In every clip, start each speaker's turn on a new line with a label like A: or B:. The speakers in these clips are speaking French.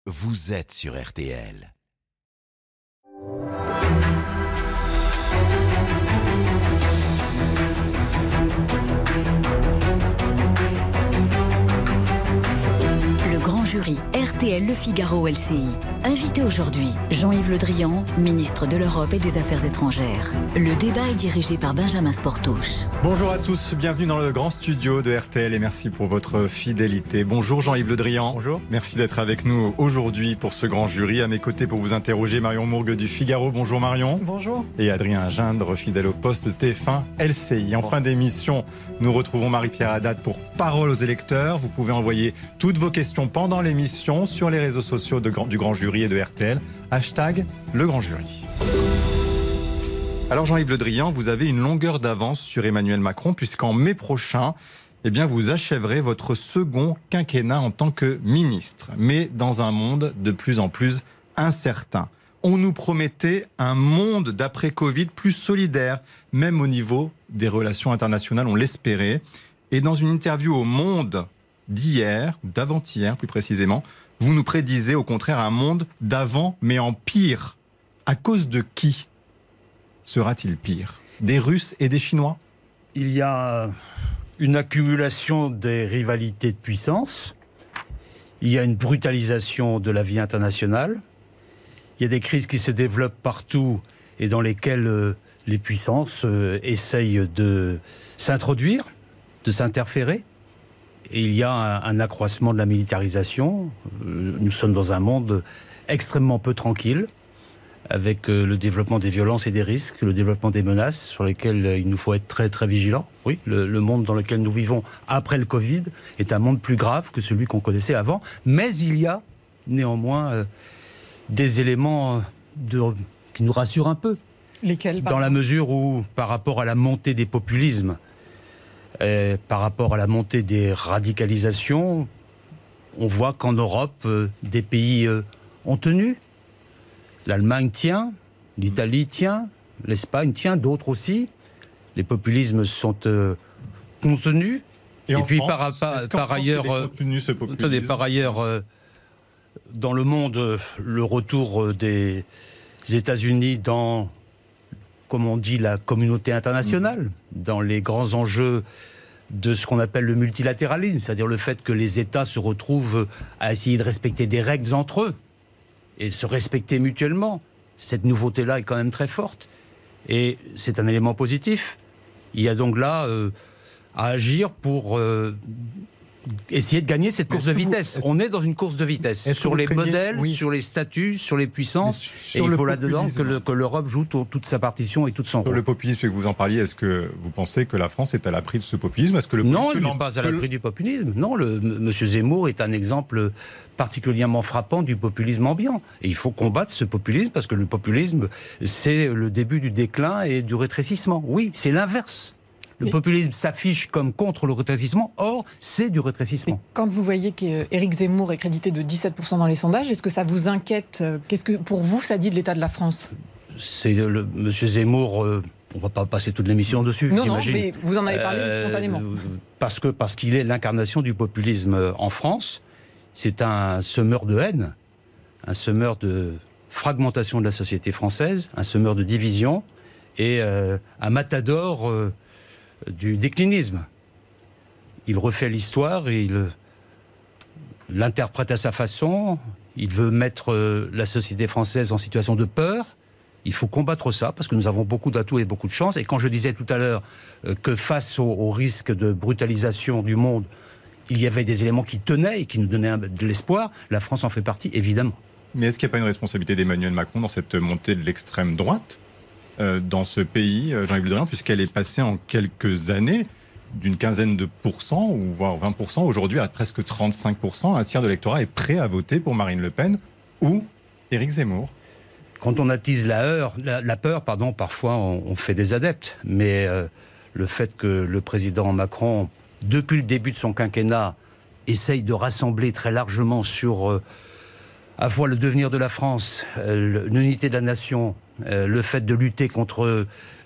A: Vous êtes sur RTL.
B: Le grand jury RTL Le Figaro LCI. Invité aujourd'hui, Jean-Yves Le Drian, ministre de l'Europe et des Affaires étrangères. Le débat est dirigé par Benjamin Sportouche.
C: Bonjour à tous, bienvenue dans le grand studio de RTL et merci pour votre fidélité. Bonjour Jean-Yves Le Drian.
D: Bonjour.
C: Merci d'être avec nous aujourd'hui pour ce grand jury. À mes côtés pour vous interroger, Marion Mourgue du Figaro. Bonjour Marion.
E: Bonjour.
C: Et Adrien Gindre, fidèle au poste TF1 LCI. En fin d'émission, nous retrouvons Marie-Pierre Haddad pour Parole aux électeurs. Vous pouvez envoyer toutes vos questions pendant l'émission sur les réseaux sociaux du grand jury et de RTL. Hashtag le grand jury. Alors Jean-Yves Le Drian, vous avez une longueur d'avance sur Emmanuel Macron puisqu'en mai prochain, vous achèverez votre second quinquennat en tant que ministre. Mais dans un monde de plus en plus incertain. On nous promettait un monde d'après-Covid plus solidaire, même au niveau des relations internationales, on l'espérait. Et dans une interview au Monde d'hier, d'avant-hier plus précisément, vous nous prédisez au contraire un monde d'avant, mais en pire. À cause de qui sera-t-il pire ? Des Russes et des Chinois ?
D: Il y a une accumulation des rivalités de puissance. Il y a une brutalisation de la vie internationale. Il y a des crises qui se développent partout et dans lesquelles les puissances essayent de s'introduire, de s'interférer. Et il y a un accroissement de la militarisation. Nous sommes dans un monde extrêmement peu tranquille, avec le développement des violences et des risques, le développement des menaces sur lesquelles il nous faut être très très vigilants. Oui, le monde dans lequel nous vivons après le Covid est un monde plus grave que celui qu'on connaissait avant. Mais il y a néanmoins des éléments qui nous rassurent un peu.
E: Lesquels ?
D: Dans la mesure où, par rapport à la montée des populismes, par rapport à la montée des radicalisations, on voit qu'en Europe, des pays ont tenu. L'Allemagne tient, l'Italie tient, l'Espagne tient, d'autres aussi. Les populismes sont contenus.
C: Et
D: puis
C: France,
D: par ailleurs, dans le monde, le retour des États-Unis dans, comme on dit, la communauté internationale, dans les grands enjeux de ce qu'on appelle le multilatéralisme, c'est-à-dire le fait que les États se retrouvent à essayer de respecter des règles entre eux et se respecter mutuellement. Cette nouveauté-là est quand même très forte et c'est un élément positif. Il y a donc là à agir pour essayer de gagner cette course de vitesse. On est dans une course de vitesse sur les modèles, sur les statuts, sur les puissances. Et il faut là-dedans que l'Europe joue toute sa partition et toute son rôle.
C: Sur le populisme que vous en parliez, est-ce que vous pensez que la France est à l'abri de ce populisme ?
D: Non, il n'est pas à l'abri du populisme. Non, M. Zemmour est un exemple particulièrement frappant du populisme ambiant. Et il faut combattre ce populisme parce que le populisme, c'est le début du déclin et du rétrécissement. Oui, c'est l'inverse. Le populisme s'affiche comme contre le rétrécissement, or c'est du rétrécissement.
E: Mais quand vous voyez qu'Éric Zemmour est crédité de 17% dans les sondages, est-ce que ça vous inquiète ? Qu'est-ce que pour vous ça dit de l'état de la France ?
D: C'est M. Zemmour, on ne va pas passer toute l'émission dessus, j'imagine.
E: Non, mais vous en avez parlé spontanément.
D: Parce qu'il est l'incarnation du populisme en France. C'est un semeur de haine, un semeur de fragmentation de la société française, un semeur de division et un matador du déclinisme. Il refait l'histoire et il l'interprète à sa façon. Il veut mettre la société française en situation de peur. Il faut combattre ça parce que nous avons beaucoup d'atouts et beaucoup de chances. Et quand je disais tout à l'heure que face au risque de brutalisation du monde, il y avait des éléments qui tenaient et qui nous donnaient de l'espoir, la France en fait partie, évidemment.
C: Mais est-ce qu'il n'y a pas une responsabilité d'Emmanuel Macron dans cette montée de l'extrême droite dans ce pays, Jean-Yves Le Drian, puisqu'elle est passée en quelques années d'une quinzaine de pourcents, ou voire 20%, aujourd'hui à presque 35%, un tiers de l'électorat est prêt à voter pour Marine Le Pen ou Éric Zemmour.
D: Quand on attise la peur, parfois on fait des adeptes. Mais le fait que le président Macron, depuis le début de son quinquennat, essaye de rassembler très largement sur à la fois le devenir de la France, l'unité de la nation, le fait de lutter contre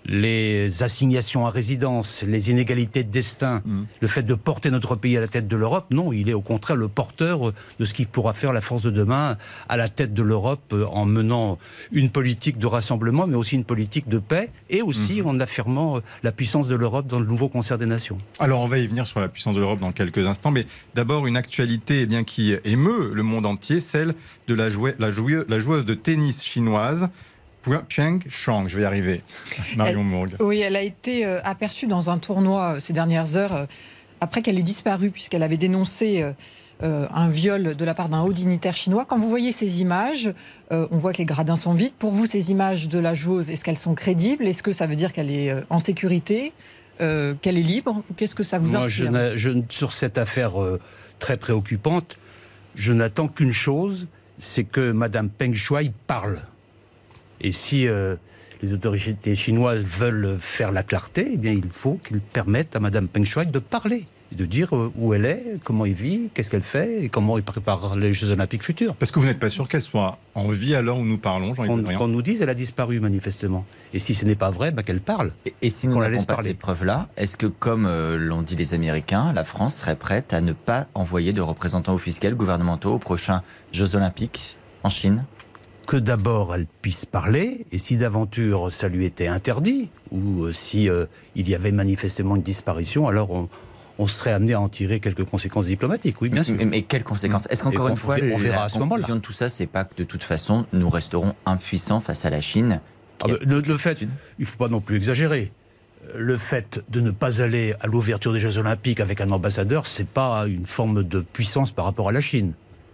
D: les assignations à résidence, les inégalités de destin, le fait de porter notre pays à la tête de l'Europe. Non, il est au contraire le porteur de ce qui pourra faire la France de demain à la tête de l'Europe en menant une politique de rassemblement, mais aussi une politique de paix et aussi en affirmant la puissance de l'Europe dans le nouveau concert des nations. Alors
C: on va y venir sur la puissance de l'Europe dans quelques instants, mais d'abord une actualité qui émeut le monde entier, celle de la joueuse de tennis chinoise, Peng Shuai, je vais y arriver. Marion Mourgue.
E: Oui, elle a été aperçue dans un tournoi ces dernières heures, après qu'elle ait disparu, puisqu'elle avait dénoncé un viol de la part d'un haut dignitaire chinois. Quand vous voyez ces images, on voit que les gradins sont vides. Pour vous, ces images de la joueuse, est-ce qu'elles sont crédibles? Est-ce que ça veut dire qu'elle est en sécurité, qu'elle est libre? Qu'est-ce que ça vous inspire?
D: Sur cette affaire très préoccupante, je n'attends qu'une chose, c'est que Madame Peng Shuai parle. Et si les autorités chinoises veulent faire la clarté, eh bien, il faut qu'ils permettent à Madame Peng Shuai de parler, de dire où elle est, comment elle vit, qu'est-ce qu'elle fait et comment elle prépare les Jeux Olympiques futurs.
C: Parce que vous n'êtes pas sûr qu'elle soit en vie à l'heure où nous parlons, Jean-Yves Le Drian.
D: Qu'on nous dise qu'elle a disparu manifestement. Et si ce n'est pas vrai, qu'elle parle.
F: Et si nous n'avons pas ces preuves-là, est-ce que, comme l'ont dit les Américains, la France serait prête à ne pas envoyer de représentants officiels gouvernementaux aux prochains Jeux Olympiques en Chine ?
D: Que d'abord elle puisse parler, et si d'aventure ça lui était interdit, ou si il y avait manifestement une disparition, alors on serait amené à en tirer quelques conséquences diplomatiques, oui, bien sûr.
F: Mais quelles conséquences? Est-ce qu'encore une fois, la conclusion de tout ça, c'est pas que de toute façon, nous resterons impuissants face à la Chine?
D: Le fait, il ne faut pas non plus exagérer. Le fait de ne pas aller à l'ouverture des Jeux Olympiques avec un ambassadeur, c'est pas une forme de puissance par rapport à la Chine.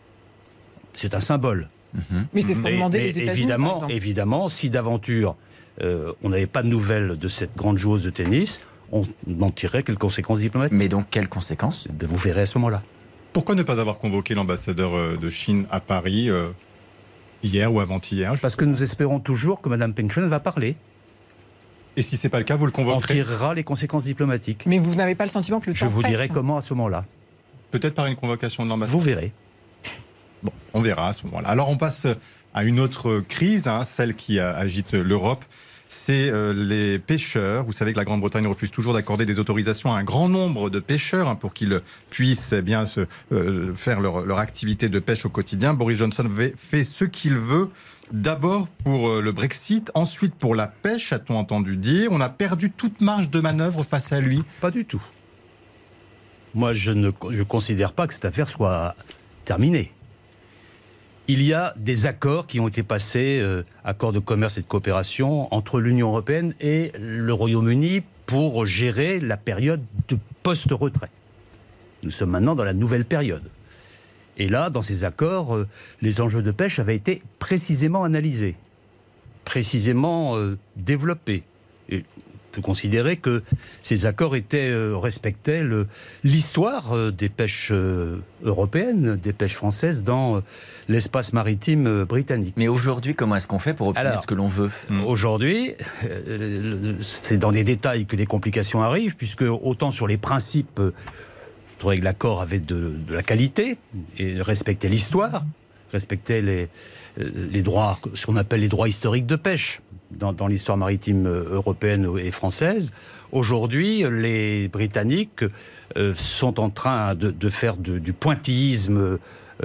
D: C'est un symbole.
E: Mais c'est ce qu'ont demandé les États-Unis,
D: évidemment, si d'aventure on n'avait pas de nouvelles de cette grande joueuse de tennis, on en tirerait quelques conséquences diplomatiques.
F: Mais donc quelles conséquences?
D: Vous verrez à ce moment-là.
C: Pourquoi ne pas avoir convoqué l'ambassadeur de Chine à Paris hier ou avant-hier?
D: Parce que nous espérons toujours que Mme Peng Shuai va parler.
C: Et si ce n'est pas le cas, vous le convoquerez?
D: On tirera les conséquences diplomatiques.
E: Mais vous n'avez pas le sentiment que le temps
D: Je vous
E: presse?
D: dirai comment à ce moment-là.
C: Peut-être par une convocation de l'ambassadeur?
D: Vous verrez.
C: Bon, on verra à ce moment-là. Alors on passe à une autre crise, celle qui agite l'Europe. C'est les pêcheurs. Vous savez que la Grande-Bretagne refuse toujours d'accorder des autorisations à un grand nombre de pêcheurs pour qu'ils puissent faire leur activité de pêche au quotidien. Boris Johnson fait ce qu'il veut. D'abord pour le Brexit, ensuite pour la pêche, a-t-on entendu dire. On a perdu toute marge de manœuvre face à lui.
D: Pas du tout. Moi, je ne considère pas que cette affaire soit terminée. Il y a des accords qui ont été passés, accords de commerce et de coopération, entre l'Union européenne et le Royaume-Uni pour gérer la période de post-retrait. Nous sommes maintenant dans la nouvelle période. Et là, dans ces accords, les enjeux de pêche avaient été précisément analysés, précisément développés. Et on peut considérer que ces accords respectaient l'histoire des pêches européennes, des pêches françaises dans l'espace maritime britannique.
F: Mais aujourd'hui, comment est-ce qu'on fait pour obtenir ce que l'on veut?
D: Aujourd'hui, c'est dans les détails que les complications arrivent, puisque autant sur les principes, je trouvais que l'accord avait de la qualité et respectait l'histoire, respectait les droits, ce qu'on appelle les droits historiques de pêche dans l'histoire maritime européenne et française. Aujourd'hui, les Britanniques sont en train de faire du pointillisme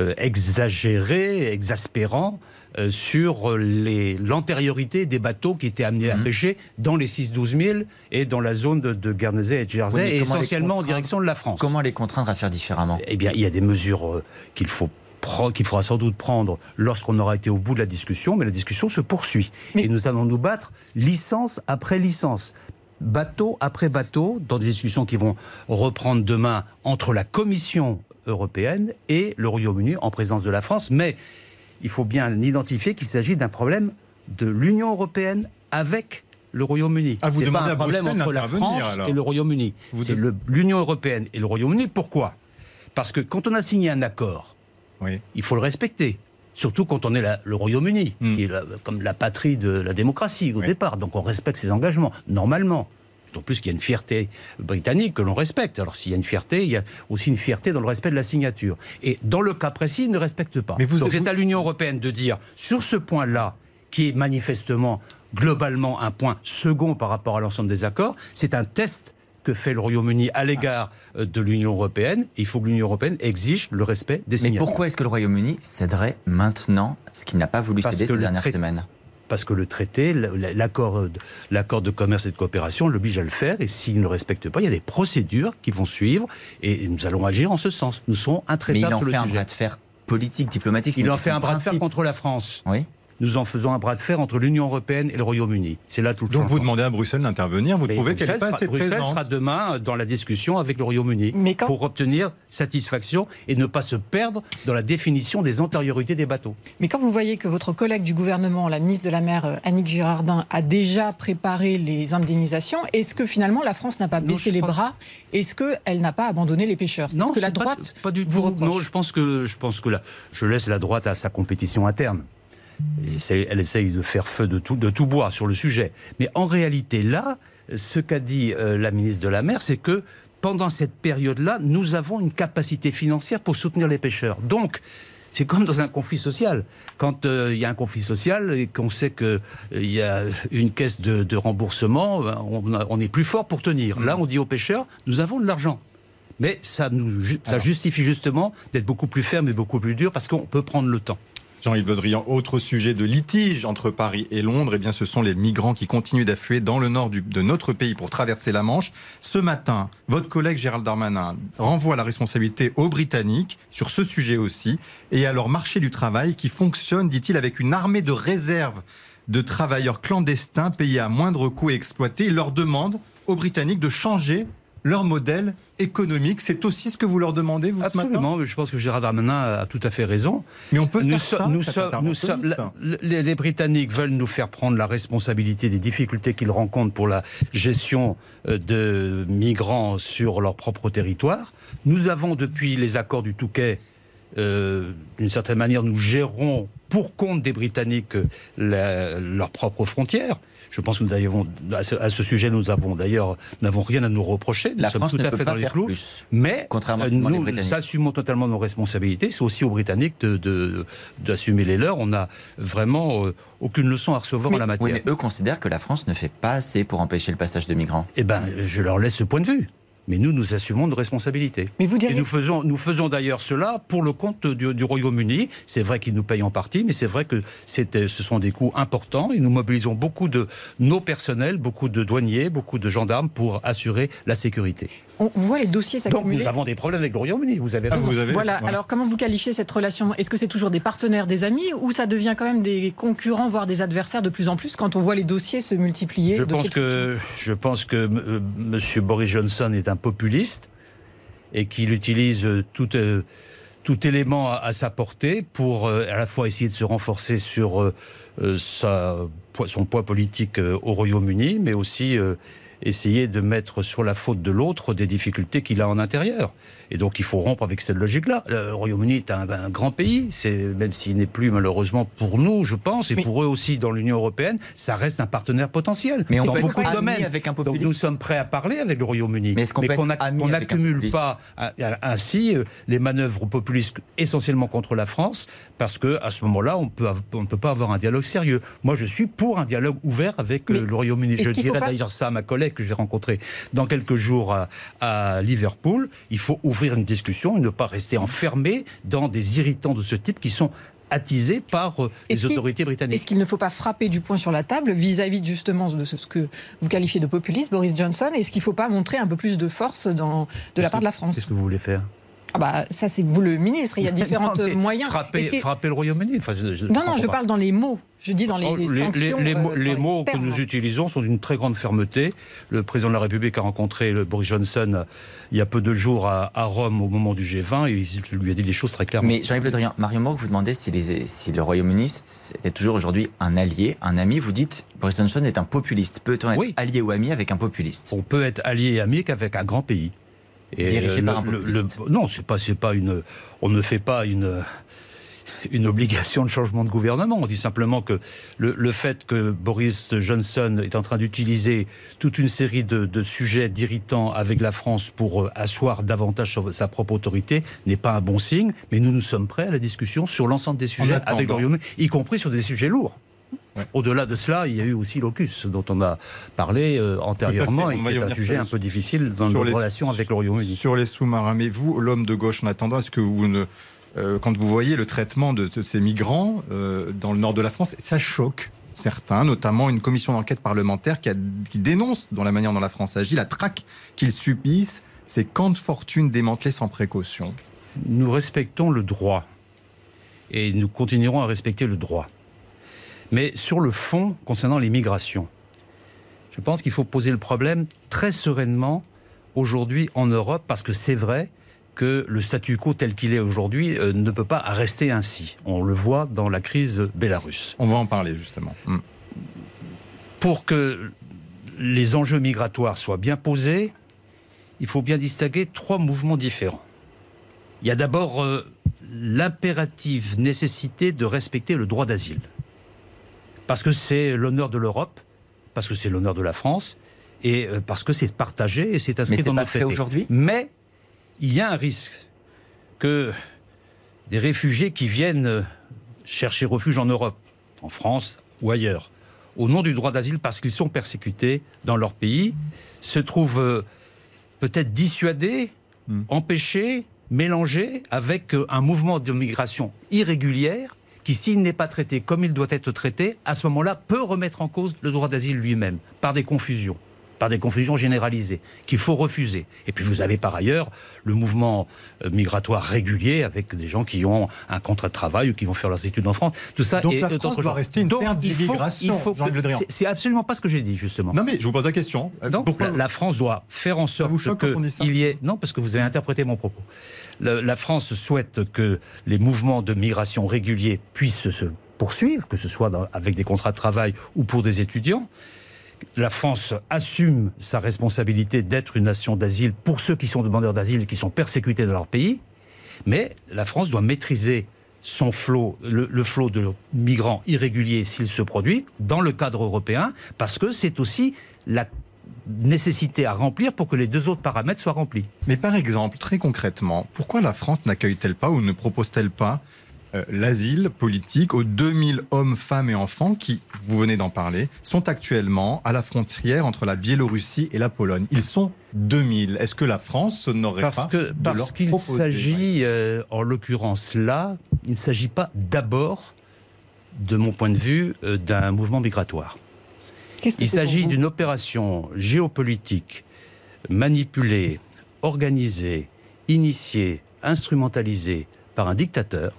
D: exagéré, exaspérant, sur l'antériorité des bateaux qui étaient amenés à pêcher dans les 6-12 000 et dans la zone de Guernesey et de Jersey, et essentiellement en direction de la France.
F: Comment les contraindre à faire différemment?
D: Eh bien, il y a des mesures qu'il faudra sans doute prendre lorsqu'on aura été au bout de la discussion, mais la discussion se poursuit. Et nous allons nous battre licence après licence, bateau après bateau, dans des discussions qui vont reprendre demain entre la Commission européenne et le Royaume-Uni en présence de la France. Mais il faut bien identifier qu'il s'agit d'un problème de l'Union européenne avec le Royaume-Uni.
C: Vous
D: c'est pas un problème
C: Bruxelles
D: entre la France et le Royaume-Uni. C'est l'Union européenne et le Royaume-Uni. Pourquoi? Parce que quand on a signé un accord, il faut le respecter. Surtout quand on est le Royaume-Uni, qui est comme la patrie de la démocratie au départ. Donc on respecte ses engagements, normalement. D'autant plus qu'il y a une fierté britannique que l'on respecte. Alors s'il y a une fierté, il y a aussi une fierté dans le respect de la signature. Et dans le cas précis, il ne respecte pas. Donc c'est à l'Union européenne de dire, sur ce point-là, qui est manifestement globalement un point second par rapport à l'ensemble des accords. C'est un test que fait le Royaume-Uni à l'égard de l'Union européenne. Il faut que l'Union européenne exige le respect des signataires.
F: Mais pourquoi est-ce que le Royaume-Uni céderait maintenant ce qu'il n'a pas voulu céder ces dernières semaines ?
D: Parce que le traité, l'accord de commerce et de coopération l'oblige à le faire, et s'il ne le respecte pas, il y a des procédures qui vont suivre, et nous allons agir en ce sens. Nous serons intraitables sur le sujet.
F: Mais il en fait un bras de fer politique, diplomatique.
D: Il en fait un bras de fer contre la France.
F: Oui.
D: Nous en faisons un bras de fer entre l'Union européenne et le Royaume-Uni. C'est là tout le changement.
C: Donc vous demandez à Bruxelles d'intervenir, vous trouvez qu'elle n'est pas assez présente.
D: Bruxelles sera demain dans la discussion avec le Royaume-Uni pour obtenir satisfaction et ne pas se perdre dans la définition des antériorités des bateaux.
E: Mais quand vous voyez que votre collègue du gouvernement, la ministre de la Mer, Annick Girardin, a déjà préparé les indemnisations, est-ce que finalement la France n'a pas baissé les bras ? Est-ce qu'elle n'a pas abandonné les pêcheurs ?
D: Non,
E: que la droite
D: pas du tout. Non, je pense que là, je laisse la droite à sa compétition interne. Elle essaye de faire feu de tout bois sur le sujet. Mais en réalité, là, ce qu'a dit la ministre de la Mer, c'est que pendant cette période-là, nous avons une capacité financière pour soutenir les pêcheurs. Donc, c'est comme dans un conflit social. Quand il y a un conflit social et qu'on sait qu'il y a une caisse de remboursement, on est plus fort pour tenir. Là, on dit aux pêcheurs, nous avons de l'argent. Mais ça justifie justement d'être beaucoup plus ferme et beaucoup plus dur parce qu'on peut prendre le temps.
C: Jean-Yves Le Drian, autre sujet de litige entre Paris et Londres, eh bien, ce sont les migrants qui continuent d'affluer dans le nord de notre pays pour traverser la Manche. Ce matin, votre collègue Gérald Darmanin renvoie la responsabilité aux Britanniques sur ce sujet aussi et à leur marché du travail qui fonctionne, dit-il, avec une armée de réserve de travailleurs clandestins payés à moindre coût et exploités. Il leur demande aux Britanniques de changer leur modèle économique. C'est aussi ce que vous leur demandez, vous, ce matin ?
D: Absolument, je pense que Gérald Darmanin a tout à fait raison.
C: Mais on peut faire
D: les Britanniques veulent nous faire prendre la responsabilité des difficultés qu'ils rencontrent pour la gestion de migrants sur leur propre territoire. Nous avons, depuis les accords du Touquet, d'une certaine manière, nous gérons pour compte des Britanniques leurs propres frontières. Je pense que nous avons, à ce sujet, nous n'avons rien à nous reprocher. Nous sommes tout à fait dans les clous. Mais nous assumons totalement nos responsabilités. C'est aussi aux Britanniques d'assumer les leurs. On n'a vraiment aucune leçon à recevoir en la matière.
F: Oui, mais eux considèrent que la France ne fait pas assez pour empêcher le passage de migrants.
D: Eh bien, je leur laisse ce point de vue. Mais nous assumons nos responsabilités.
E: Mais vous diriez...
D: Et nous faisons d'ailleurs cela pour le compte du Royaume-Uni. C'est vrai qu'ils nous payent en partie, mais c'est vrai que ce sont des coûts importants. Et nous mobilisons beaucoup de nos personnels, beaucoup de douaniers, beaucoup de gendarmes pour assurer la sécurité.
E: On voit les dossiers s'accumuler.
D: Donc nous avons des problèmes avec le Royaume-Uni, vous avez raison.
E: Voilà, alors comment vous qualifiez cette relation ? Est-ce que c'est toujours des partenaires, des amis, ou ça devient quand même des concurrents, voire des adversaires de plus en plus quand on voit les dossiers se multiplier ?
D: Je pense que M. Boris Johnson est un populiste et qu'il utilise tout élément à sa portée pour à la fois essayer de se renforcer sur son poids politique au Royaume-Uni, mais aussi essayer de mettre sur la faute de l'autre des difficultés qu'il a en intérieur. Et donc il faut rompre avec cette logique-là. Le Royaume-Uni est un grand pays, même s'il n'est plus malheureusement pour nous, je pense, et pour eux aussi dans l'Union européenne, ça reste un partenaire potentiel.
F: Mais on
D: dans
F: peut
D: beaucoup
F: être
D: de domaines.
F: Avec un populiste.
D: Donc nous sommes prêts à parler avec le Royaume-Uni,
F: mais qu'on
D: n'accumule pas ainsi les manœuvres populistes essentiellement contre la France, parce qu'à ce moment-là, on ne peut pas avoir un dialogue sérieux. Moi, je suis pour un dialogue ouvert avec le Royaume-Uni. Je dirais d'ailleurs ça à ma collègue que j'ai rencontrée dans quelques jours à Liverpool. Il faut ouvrir une discussion et ne pas rester enfermé dans des irritants de ce type qui sont attisés par les autorités britanniques.
E: Est-ce qu'il ne faut pas frapper du poing sur la table vis-à-vis justement de ce que vous qualifiez de populiste, Boris Johnson ? Est-ce qu'il ne faut pas montrer un peu plus de force de la part de la France ?
D: Qu'est-ce que vous voulez faire ?
E: Ça c'est vous le ministre, il y a différents moyens.
D: Frapper le Royaume-Uni.
E: Non, je parle dans les mots. Je dis dans les sanctions.
D: Les mots que nous utilisons sont d'une très grande fermeté. Le président de la République a rencontré Boris Johnson il y a peu de jours à Rome au moment du G20 et il lui a dit des choses très clairement.
F: Mais Jean-Yves Le Drian, Mario Moore vous demandait si le Royaume-Uni était toujours aujourd'hui un allié, un ami. Vous dites Boris Johnson est un populiste. Peut-on être allié ou ami avec un populiste ?
D: On peut être allié et ami qu'avec un grand pays.
F: Et dirigé par un populiste.
D: Non, on ne fait pas une obligation de changement de gouvernement. On dit simplement que le fait que Boris Johnson est en train d'utiliser toute une série de sujets d'irritants avec la France pour asseoir davantage sur sa propre autorité n'est pas un bon signe, mais nous sommes prêts à la discussion sur l'ensemble des sujets avec le Royaume-Uni, y compris sur des sujets lourds. Au-delà de cela, il y a eu aussi l'AUKUS, dont on a parlé antérieurement, et qui est un sujet un peu difficile dans nos relations avec le Royaume-Uni.
C: Sur les sous-marins, mais vous, l'homme de gauche, en attendant, est-ce que quand vous voyez le traitement de ces migrants dans le nord de la France, ça choque certains, notamment une commission d'enquête parlementaire qui dénonce, dans la manière dont la France agit, la traque qu'ils subissent, ces camps de fortune démantelés sans précaution?
D: Nous respectons le droit, et nous continuerons à respecter le droit. Mais sur le fond, concernant les migrations, je pense qu'il faut poser le problème très sereinement aujourd'hui en Europe, parce que c'est vrai que le statu quo tel qu'il est aujourd'hui ne peut pas rester ainsi. On le voit dans la crise bélarusse.
C: On va en parler justement.
D: Pour que les enjeux migratoires soient bien posés, il faut bien distinguer 3 mouvements différents. Il y a d'abord l'impérative nécessité de respecter le droit d'asile. Parce que c'est l'honneur de l'Europe, parce que c'est l'honneur de la France, et parce que c'est partagé et c'est inscrit dans notre traité.
F: Mais c'est pas fait aujourd'hui ?
D: Mais il y a un risque que des réfugiés qui viennent chercher refuge en Europe, en France ou ailleurs, au nom du droit d'asile parce qu'ils sont persécutés dans leur pays, se trouvent peut-être dissuadés, empêchés, mélangés avec un mouvement de migration irrégulière qui, s'il n'est pas traité comme il doit être traité, à ce moment-là, peut remettre en cause le droit d'asile lui-même, par des confusions généralisées, qu'il faut refuser. Et puis vous avez par ailleurs le mouvement migratoire régulier avec des gens qui ont un contrat de travail ou qui vont faire leurs études en France. Tout ça.
C: Donc la France doit rester une terre d'immigration.
D: C'est absolument pas ce que j'ai dit, justement.
C: Non mais je vous pose la question.
D: Donc pourquoi la France doit faire en sorte qu'il y ait... Non, parce que vous avez interprété mon propos. La France souhaite que les mouvements de migration réguliers puissent se poursuivre, que ce soit avec des contrats de travail ou pour des étudiants. La France assume sa responsabilité d'être une nation d'asile pour ceux qui sont demandeurs d'asile et qui sont persécutés dans leur pays, mais la France doit maîtriser son flot, le flot de migrants irréguliers s'il se produit, dans le cadre européen, parce que c'est aussi la nécessité à remplir pour que les 2 autres paramètres soient remplis.
C: Mais par exemple, très concrètement, pourquoi la France n'accueille-t-elle pas ou ne propose-t-elle pas l'asile politique aux 2000 hommes, femmes et enfants qui, vous venez d'en parler, sont actuellement à la frontière entre la Biélorussie et la Pologne? Ils sont 2000. Est-ce que la France n'aurait pas de leur proposer?
D: Parce qu'il s'agit, en l'occurrence là, il ne s'agit pas d'abord, de mon point de vue, d'un mouvement migratoire. Il s'agit d'une opération géopolitique manipulée, organisée, initiée, instrumentalisée par un dictateur,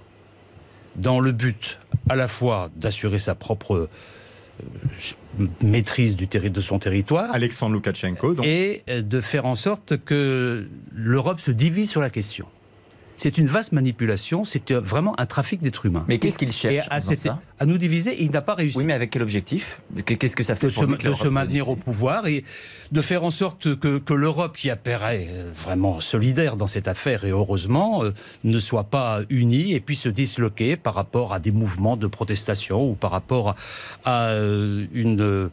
D: dans le but à la fois d'assurer sa propre maîtrise de son territoire,
C: Alexandre Loukachenko, donc,
D: et de faire en sorte que l'Europe se divise sur la question. C'est une vaste manipulation, c'est vraiment un trafic d'êtres humains.
F: Mais qu'est-ce qu'il cherche
D: à nous diviser, il n'a pas réussi.
F: Oui, mais avec quel objectif? Qu'est-ce que ça fait pour
D: de se maintenir au pouvoir et de faire en sorte que l'Europe, qui apparaît vraiment solidaire dans cette affaire, et heureusement, ne soit pas unie et puisse se disloquer par rapport à des mouvements de protestation ou par rapport à une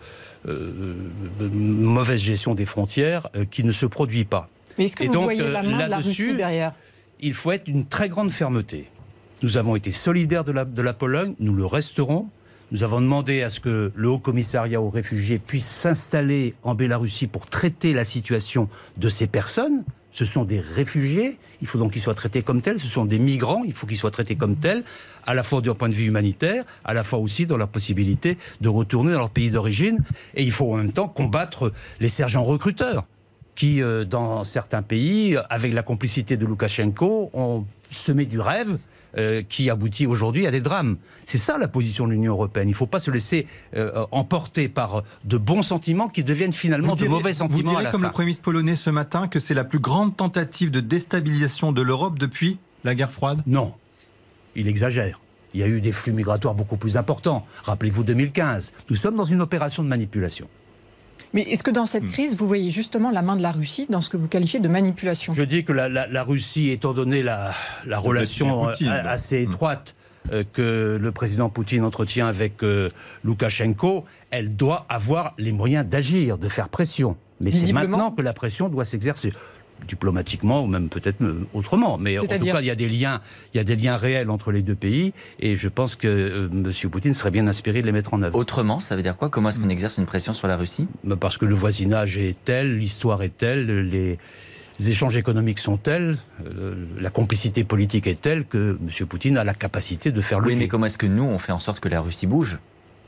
D: mauvaise gestion des frontières qui ne se produit pas.
E: Mais est-ce que vous voyez la main de la Russie derrière ?
D: Il faut être d'une très grande fermeté. Nous avons été solidaires de la Pologne, nous le resterons. Nous avons demandé à ce que le Haut Commissariat aux réfugiés puisse s'installer en Biélorussie pour traiter la situation de ces personnes. Ce sont des réfugiés, il faut donc qu'ils soient traités comme tels. Ce sont des migrants, il faut qu'ils soient traités comme tels, à la fois d'un point de vue humanitaire, à la fois aussi dans la possibilité de retourner dans leur pays d'origine. Et il faut en même temps combattre les sergents recruteurs qui, dans certains pays, avec la complicité de Loukachenko, ont semé du rêve qui aboutit aujourd'hui à des drames. C'est ça la position de l'Union européenne. Il ne faut pas se laisser emporter par de bons sentiments qui deviennent finalement de mauvais sentiments à la fin. Vous direz,
C: comme le Premier ministre polonais ce matin, que c'est la plus grande tentative de déstabilisation de l'Europe depuis la guerre froide?
D: Non, il exagère. Il y a eu des flux migratoires beaucoup plus importants. Rappelez-vous 2015. Nous sommes dans une opération de manipulation.
E: Mais est-ce que dans cette crise, vous voyez justement la main de la Russie dans ce que vous qualifiez de manipulation?
D: Je dis que la Russie, étant donné la relation assez étroite que le président Poutine entretient avec Loukachenko, elle doit avoir les moyens d'agir, de faire pression. Mais c'est maintenant que la pression doit s'exercer. diplomatiquement ou même peut-être autrement. Mais en tout cas, il y a des liens réels entre les deux pays et je pense que M. Poutine serait bien inspiré de les mettre en œuvre.
F: Autrement, ça veut dire quoi? Comment est-ce qu'on exerce une pression sur la Russie?
D: Parce que le voisinage est tel, l'histoire est telle, les échanges économiques sont tels, la complicité politique est telle que M. Poutine a la capacité de faire levier.
F: Oui, mais comment est-ce que nous, on fait en sorte que la Russie bouge?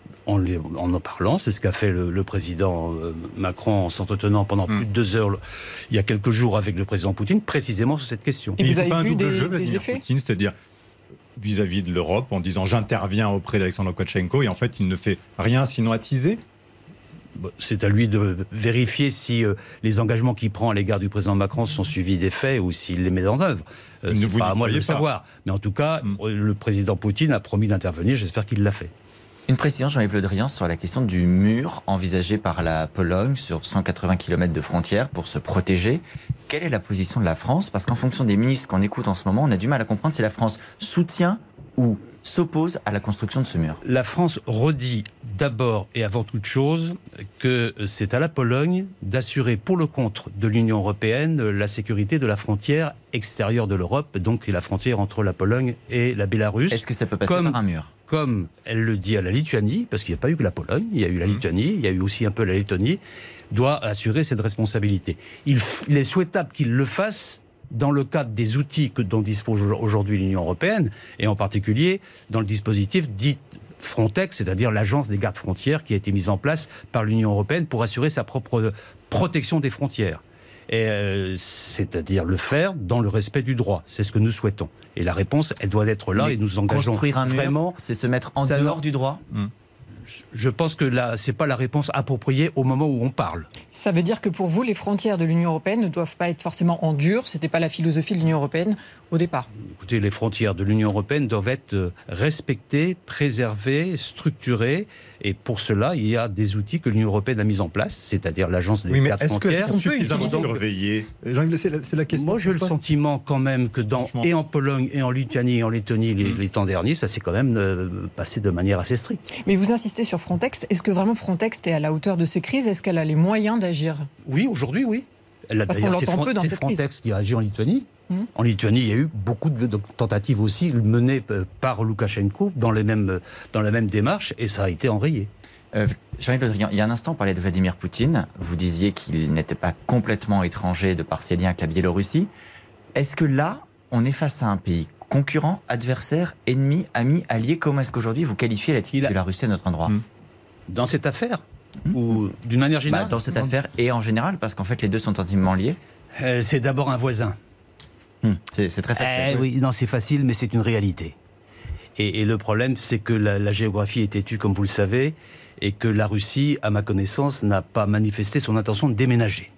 D: En parlant, c'est ce qu'a fait le président Macron en s'entretenant pendant plus de 2 heures il y a quelques jours avec le président Poutine, précisément sur cette question.
E: Et vous
C: avez vu
E: des effets
C: Poutine, c'est-à-dire vis-à-vis de l'Europe, en disant j'interviens auprès d'Alexandre Loukachenko, et en fait il ne fait rien sinon attiser?
D: C'est à lui de vérifier si les engagements qu'il prend à l'égard du président Macron sont suivis des faits ou s'il les met en œuvre. C'est pas à moi de le savoir. Mais en tout cas, le président Poutine a promis d'intervenir, j'espère qu'il l'a fait.
F: Une précision, Jean-Yves Le Drian, sur la question du mur envisagé par la Pologne sur 180 km de frontières pour se protéger. Quelle est la position de la France? Parce qu'en fonction des ministres qu'on écoute en ce moment, on a du mal à comprendre si la France soutient ou s'oppose à la construction de ce mur.
D: La France redit d'abord et avant toute chose que c'est à la Pologne d'assurer pour le compte de l'Union européenne la sécurité de la frontière extérieure de l'Europe, donc la frontière entre la Pologne et la Bélarus.
F: Est-ce que ça peut passer par un mur?
D: Comme elle le dit à la Lituanie, parce qu'il n'y a pas eu que la Pologne, il y a eu la Lituanie, il y a eu aussi un peu la Lettonie, doit assurer cette responsabilité. Il est souhaitable qu'il le fasse dans le cadre des outils dont dispose aujourd'hui l'Union européenne, et en particulier dans le dispositif dit Frontex, c'est-à-dire l'agence des gardes frontières qui a été mise en place par l'Union européenne pour assurer sa propre protection des frontières. C'est-à-dire le faire dans le respect du droit. C'est ce que nous souhaitons. Et la réponse, elle doit être là. Mais et nous engageons
F: construire un mur,
D: vraiment.
F: C'est se mettre en dehors du droit.
D: Je pense que là, c'est pas la réponse appropriée au moment où on parle.
E: Ça veut dire que pour vous, les frontières de l'Union européenne ne doivent pas être forcément en dur. C'était pas la philosophie de l'Union européenne au départ.
D: Écoutez, les frontières de l'Union européenne doivent être respectées, préservées, structurées. Et pour cela, il y a des outils que l'Union européenne a mis en place, c'est-à-dire l'agence des gardes frontières.
C: Est-ce que c'est suffisamment surveillé? C'est la question.
D: Moi, j'ai le sentiment quand même que et en Pologne, et en Lituanie, et en Lettonie, les temps derniers, ça s'est quand même passé de manière assez stricte.
E: Mais vous insistez sur Frontex. Est-ce que vraiment Frontex est à la hauteur de ces crises? Est-ce qu'elle a les moyens d'agir?
D: Oui, aujourd'hui, oui.
E: Parce qu'on l'entend peu dans cette crise.
D: C'est Frontex qui a agi en Lituanie. En Lituanie, il y a eu beaucoup de tentatives aussi menées par Loukachenko dans la même démarche, et ça a été enrayé.
F: Jean-Yves Le Drian, il y a un instant, on parlait de Vladimir Poutine. Vous disiez qu'il n'était pas complètement étranger de par ses liens avec la Biélorussie. Est-ce que là, on est face à un pays concurrent, adversaire, ennemi, ami, allié? Comment est-ce qu'aujourd'hui vous qualifiez l'attitude de la Russie à notre endroit?
D: Dans cette affaire ou d'une manière générale?
F: Dans cette affaire et en général, parce qu'en fait les deux sont intimement liés.
D: C'est d'abord un voisin.
F: C'est très facile.
D: Oui, non, c'est facile, mais c'est une réalité. Et le problème, c'est que la géographie est têtue, comme vous le savez, et que la Russie, à ma connaissance, n'a pas manifesté son intention de déménager.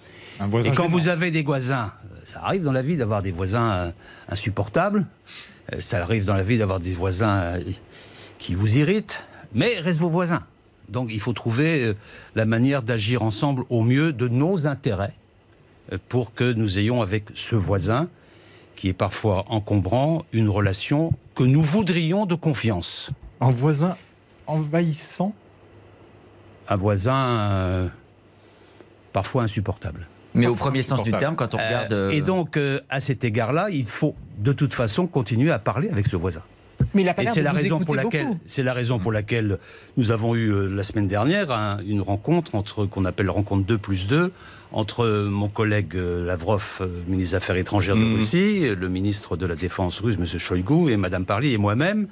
D: Et quand vous avez des voisins, ça arrive dans la vie d'avoir des voisins insupportables, ça arrive dans la vie d'avoir des voisins qui vous irritent, mais restent vos voisins. Donc il faut trouver la manière d'agir ensemble au mieux de nos intérêts pour que nous ayons avec ce voisin, qui est parfois encombrant, une relation que nous voudrions de confiance.
C: Un voisin envahissant?
D: Un voisin parfois insupportable.
F: Mais au premier sens du terme, quand on regarde...
D: Et donc, à cet égard-là, il faut de toute façon continuer à parler avec ce voisin.
E: Mais il a pas l'air de vous écouter beaucoup.
D: C'est la raison pour laquelle nous avons eu la semaine dernière une rencontre qu'on appelle la rencontre 2+2, entre mon collègue Lavrov, ministre des Affaires étrangères de Russie, le ministre de la Défense russe, M. Shoigu, et Mme Parly et moi-même,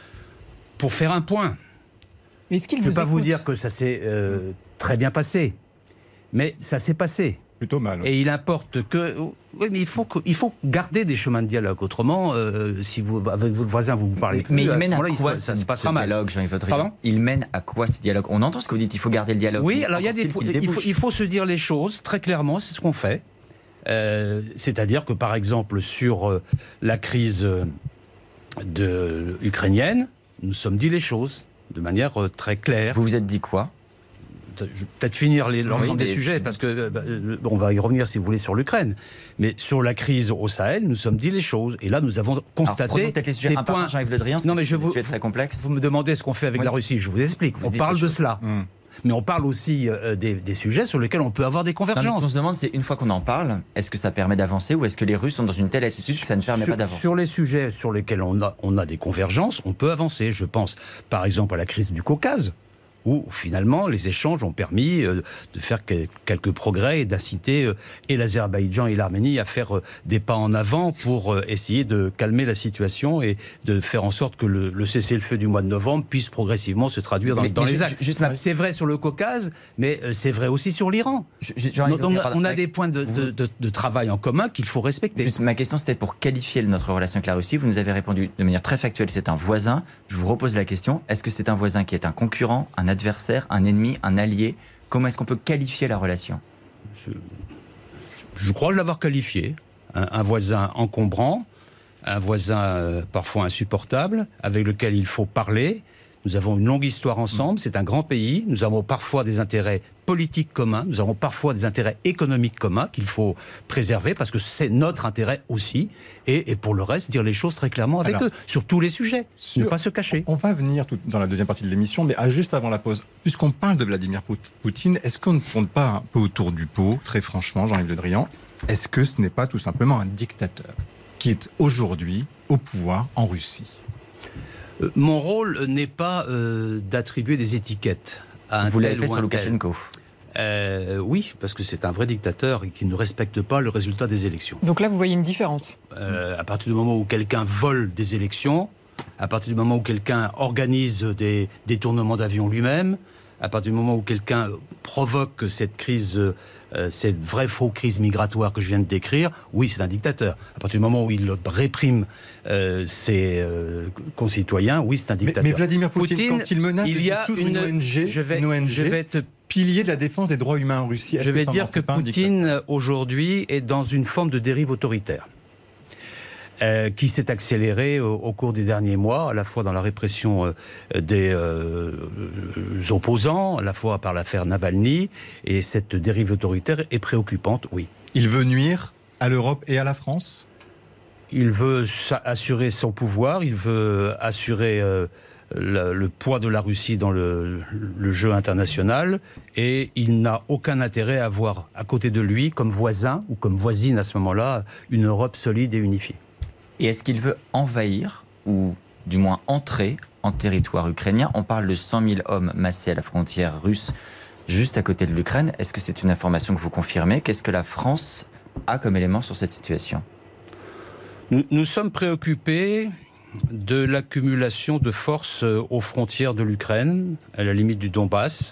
D: pour faire un point.
E: Mais est-ce qu'il
D: je ne peux pas vous dire que ça s'est très bien passé, mais ça s'est passé.
C: Plutôt mal. Oui.
D: Et il importe que... Oui, mais il faut garder des chemins de dialogue. Autrement, si avec votre voisin, vous ne parlez plus...
F: Mais il mène à quoi ce dialogue, Jean-Yves Le Drian? Il mène à quoi ce dialogue? On entend ce que vous dites, il faut garder le dialogue.
D: Oui, alors il faut se dire les choses très clairement, c'est ce qu'on fait. C'est-à-dire que, par exemple, sur la crise ukrainienne, nous sommes dit les choses de manière très claire.
F: Vous vous êtes dit quoi?
D: Je vais peut-être finir l'ensemble des sujets, parce que on va y revenir si vous voulez sur l'Ukraine. Mais sur la crise au Sahel, nous sommes dit les choses. Et là, nous avons constaté
F: peut-être les sujets
D: des points.
F: Jean-Yves Le Drian,
D: non, mais
F: c'est très complexe.
D: Vous me demandez ce qu'on fait avec la Russie. Je vous explique. On parle de cela. Mais on parle aussi des sujets sur lesquels on peut avoir des convergences.
F: Non, mais ce qu'on se demande, c'est une fois qu'on en parle, est-ce que ça permet d'avancer ou est-ce que les Russes sont dans une telle attitude que ça ne permet pas d'avancer?
D: Sur les sujets sur lesquels on a des convergences, on peut avancer. Je pense par exemple à la crise du Caucase, où finalement les échanges ont permis de faire quelques progrès et d'inciter et l'Azerbaïdjan et l'Arménie à faire des pas en avant pour essayer de calmer la situation et de faire en sorte que le cessez-le-feu du mois de novembre puisse progressivement se traduire dans les actes. C'est vrai sur le Caucase, mais c'est vrai aussi sur l'Iran. On a des points de travail en commun qu'il faut respecter.
F: Ma question, c'était pour qualifier notre relation avec la Russie. Vous nous avez répondu de manière très factuelle, c'est un voisin. Je vous repose la question, est-ce que c'est un voisin qui est un concurrent, un adversaire, un ennemi, un allié? Comment est-ce qu'on peut qualifier la relation?
D: Je crois l'avoir qualifié. Un voisin encombrant, un voisin parfois insupportable, avec lequel il faut parler. Nous avons une longue histoire ensemble, c'est un grand pays, nous avons parfois des intérêts politiques communs, nous avons parfois des intérêts économiques communs qu'il faut préserver parce que c'est notre intérêt aussi. Et pour le reste, dire les choses très clairement avec eux, sur tous les sujets, ne pas se cacher.
C: On va venir dans la deuxième partie de l'émission, mais juste avant la pause, puisqu'on parle de Vladimir Poutine, est-ce qu'on ne tourne pas un peu autour du pot, très franchement, Jean-Yves Le Drian? Est-ce que ce n'est pas tout simplement un dictateur qui est aujourd'hui au pouvoir en Russie?
D: Mon rôle n'est pas d'attribuer des étiquettes à un tel ou un tel.
F: Vous l'avez fait sur Loukachenko.
D: Oui, parce que c'est un vrai dictateur et qui ne respecte pas le résultat des élections.
E: Donc là, vous voyez une différence.
D: À partir du moment où quelqu'un vole des élections, à partir du moment où quelqu'un organise des détournements d'avions lui-même, à partir du moment où quelqu'un provoque cette crise, cette vraie faux crise migratoire que je viens de décrire, oui, c'est un dictateur. À partir du moment où il réprime ses concitoyens, oui, c'est un dictateur.
C: Mais Vladimir Poutine, quand il menace de dissoudre une ONG, pilier de la défense des droits humains en Russie,
D: je vais dire que Poutine, aujourd'hui, est dans une forme de dérive autoritaire. Qui s'est accéléré au cours des derniers mois, à la fois dans la répression des opposants, à la fois par l'affaire Navalny, et cette dérive autoritaire est préoccupante, oui.
C: Il veut nuire à l'Europe et à la France?
D: Il veut assurer son pouvoir, il veut assurer le poids de la Russie dans le jeu international, et il n'a aucun intérêt à avoir à côté de lui, comme voisin ou comme voisine à ce moment-là, une Europe solide et unifiée.
F: Et est-ce qu'il veut envahir, ou du moins entrer en territoire ukrainien? On parle de 100 000 hommes massés à la frontière russe, juste à côté de l'Ukraine. Est-ce que c'est une information que vous confirmez? Qu'est-ce que la France a comme élément sur cette situation?
D: Nous sommes préoccupés de l'accumulation de forces aux frontières de l'Ukraine, à la limite du Donbass.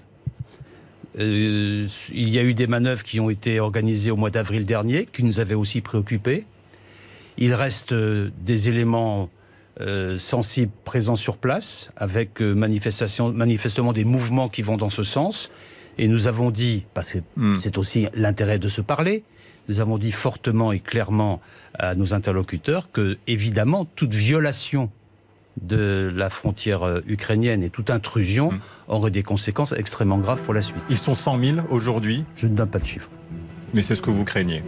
D: Il y a eu des manœuvres qui ont été organisées au mois d'avril dernier, qui nous avaient aussi préoccupés. Il reste des éléments sensibles présents sur place, avec manifestement des mouvements qui vont dans ce sens. Et nous avons dit, parce que c'est aussi l'intérêt de se parler, nous avons dit fortement et clairement à nos interlocuteurs que, évidemment, toute violation de la frontière ukrainienne et toute intrusion aurait des conséquences extrêmement graves pour la suite.
C: Ils sont 100 000 aujourd'hui?
D: Je ne donne pas de chiffres.
C: Mais c'est ce que vous craignez?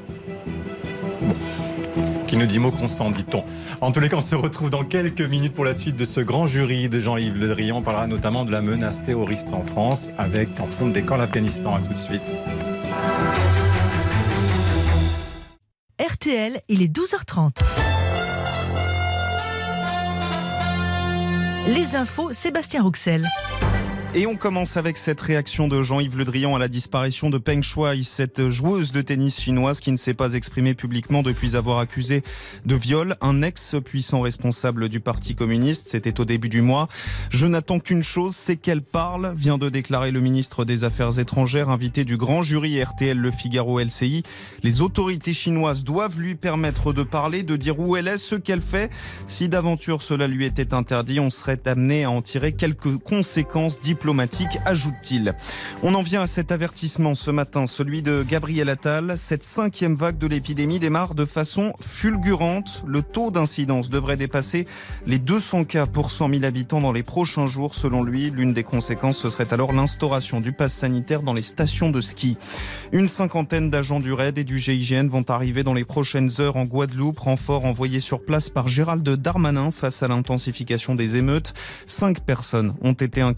C: Bon. Qui nous dit mot constant, dit-on. En tous les cas, on se retrouve dans quelques minutes pour la suite de ce grand jury de Jean-Yves Le Drian. On parlera notamment de la menace terroriste en France, avec en fond de décor l'Afghanistan. À tout de suite.
G: RTL, il est 12h30. Les infos, Sébastien Rouxel.
H: Et on commence avec cette réaction de Jean-Yves Le Drian à la disparition de Peng Shuai, cette joueuse de tennis chinoise qui ne s'est pas exprimée publiquement depuis avoir accusé de viol un ex-puissant responsable du Parti communiste. C'était au début du mois. Je n'attends qu'une chose, c'est qu'elle parle, vient de déclarer le ministre des Affaires étrangères, invité du grand jury RTL Le Figaro LCI. Les autorités chinoises doivent lui permettre de parler, de dire où elle est, ce qu'elle fait. Si d'aventure cela lui était interdit, on serait amené à en tirer quelques conséquences diplomatiques, ajoute-t-il. On en vient à cet avertissement ce matin, celui de Gabriel Attal. Cette 5e vague de l'épidémie démarre de façon fulgurante. Le taux d'incidence devrait dépasser les 200 cas pour 100 000 habitants dans les prochains jours. Selon lui, l'une des conséquences, ce serait alors l'instauration du pass sanitaire dans les stations de ski. Une 50aine d'agents du RAID et du GIGN vont arriver dans les prochaines heures en Guadeloupe. Renfort envoyé sur place par Gérald Darmanin face à l'intensification des émeutes. 5 personnes ont été incarcérées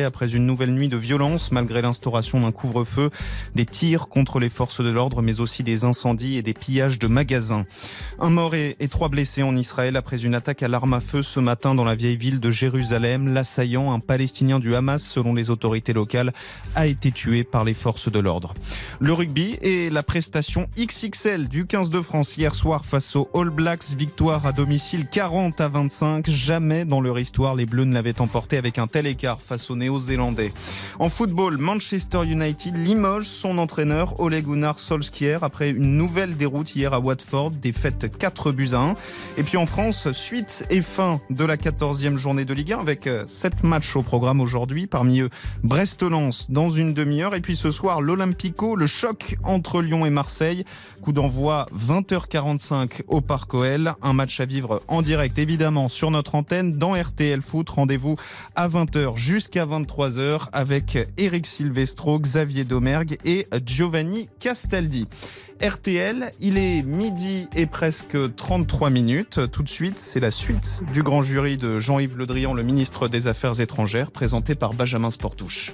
H: après une nouvelle nuit de violence malgré l'instauration d'un couvre-feu, des tirs contre les forces de l'ordre mais aussi des incendies et des pillages de magasins. Un mort et 3 blessés en Israël après une attaque à l'arme à feu ce matin dans la vieille ville de Jérusalem. L'assaillant, un Palestinien du Hamas selon les autorités locales, a été tué par les forces de l'ordre. Le rugby et la prestation XXL du 15 de France hier soir face aux All Blacks, victoire à domicile 40-25. Jamais dans leur histoire les Bleus ne l'avaient emporté avec un tel écart face aux Néo-Zélandais. En football, Manchester United limoge son entraîneur Ole Gunnar Solskjaer après une nouvelle déroute hier à Watford, défaite 4-1. Et puis en France, suite et fin de la 14e journée de Ligue 1 avec 7 matchs au programme aujourd'hui, parmi eux Brest-Lens dans une demi-heure et puis ce soir l'Olympico, le choc entre Lyon et Marseille. Coup d'envoi 20h45 au Parc OL. Un match à vivre en direct évidemment sur notre antenne dans RTL Foot. Rendez-vous à 20h jusqu'à 23h avec Eric Silvestro, Xavier Domergue et Giovanni Castaldi. RTL, il est midi et presque 33 minutes. Tout de suite, c'est la suite du grand jury de Jean-Yves Le Drian, le ministre des Affaires étrangères, présenté par Benjamin Sportouche.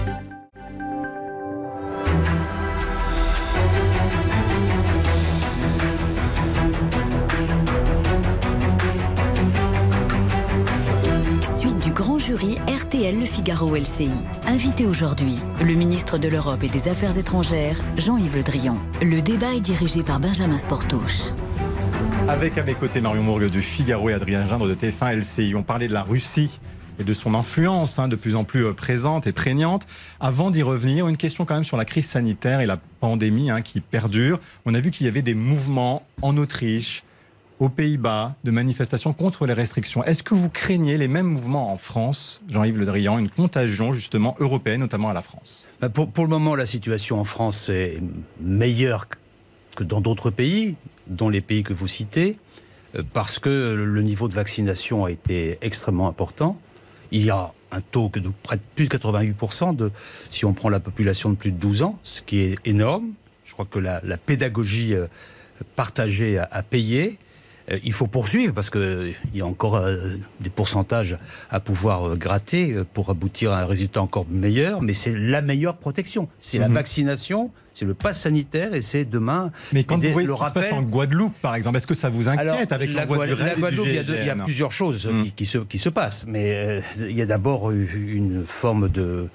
B: Jury RTL Le Figaro LCI. Invité aujourd'hui, le ministre de l'Europe et des Affaires étrangères, Jean-Yves Le Drian. Le débat est dirigé par Benjamin Sportouche.
C: Avec à mes côtés Marion Mourgue du Figaro et Adrien Gindre de TF1 LCI. On parlait de la Russie et de son influence de plus en plus présente et prégnante. Avant d'y revenir, une question quand même sur la crise sanitaire et la pandémie qui perdure. On a vu qu'il y avait des mouvements en Autriche, aux Pays-Bas, de manifestations contre les restrictions. Est-ce que vous craignez les mêmes mouvements en France, Jean-Yves Le Drian, une contagion justement européenne, notamment à la France ?
D: Pour le moment, la situation en France est meilleure que dans d'autres pays, dont les pays que vous citez, parce que le niveau de vaccination a été extrêmement important. Il y a un taux de près de plus de 88% si on prend la population de plus de 12 ans, ce qui est énorme. Je crois que la pédagogie partagée a payé. Il faut poursuivre parce qu'il y a encore des pourcentages à pouvoir gratter pour aboutir à un résultat encore meilleur, mais c'est la meilleure protection. C'est la vaccination, c'est le pass sanitaire et c'est demain...
C: Mais quand vous voyez ce qui se passe en Guadeloupe, par exemple, est-ce que ça vous inquiète avec l'envoi du RAID et du
D: Guadeloupe,
C: GIGN ?
D: Il y a plusieurs choses qui se passent, mais il y a d'abord une forme de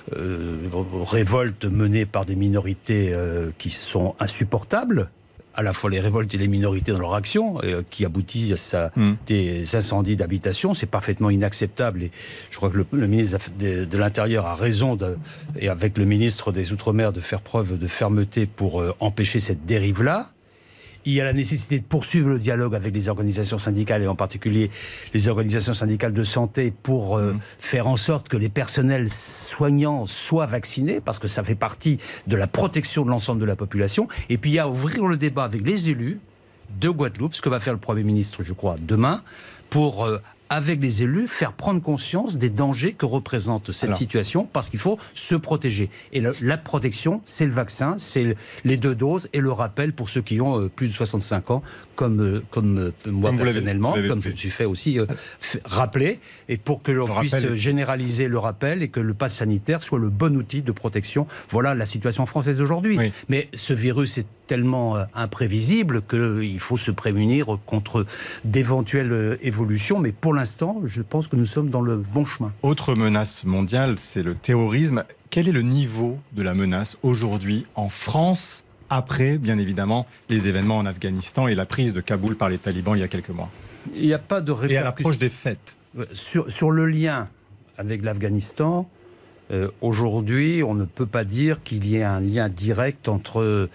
D: révolte menée par des minorités qui sont insupportables, à la fois les révoltes et les minorités dans leur action, qui aboutissent à des incendies d'habitation. C'est parfaitement inacceptable. Et je crois que le ministre de l'Intérieur a raison, et avec le ministre des Outre-mer, de faire preuve de fermeté pour empêcher cette dérive-là. Il y a la nécessité de poursuivre le dialogue avec les organisations syndicales et en particulier les organisations syndicales de santé pour faire en sorte que les personnels soignants soient vaccinés parce que ça fait partie de la protection de l'ensemble de la population. Et puis il y a à ouvrir le débat avec les élus de Guadeloupe, ce que va faire le Premier ministre, je crois, demain, pour... avec les élus, faire prendre conscience des dangers que représente cette situation, parce qu'il faut se protéger. Et la protection, c'est le vaccin, c'est les 2 doses et le rappel pour ceux qui ont plus de 65 ans, comme moi personnellement, comme je me suis fait aussi rappeler, et pour que l'on puisse généraliser le rappel et que le pass sanitaire soit le bon outil de protection. Voilà la situation française aujourd'hui. Oui. Mais ce virus est tellement imprévisible qu'il faut se prémunir contre d'éventuelles évolutions, mais pour l'instant, je pense que nous sommes dans le bon chemin.
C: Autre menace mondiale, c'est le terrorisme. Quel est le niveau de la menace aujourd'hui en France, après, bien évidemment, les événements en Afghanistan et la prise de Kaboul par les talibans il y a quelques mois ?
D: Il n'y a pas de répercussions.
C: Et à l'approche des fêtes.
D: Sur le lien avec l'Afghanistan, aujourd'hui, on ne peut pas dire qu'il y ait un lien direct entre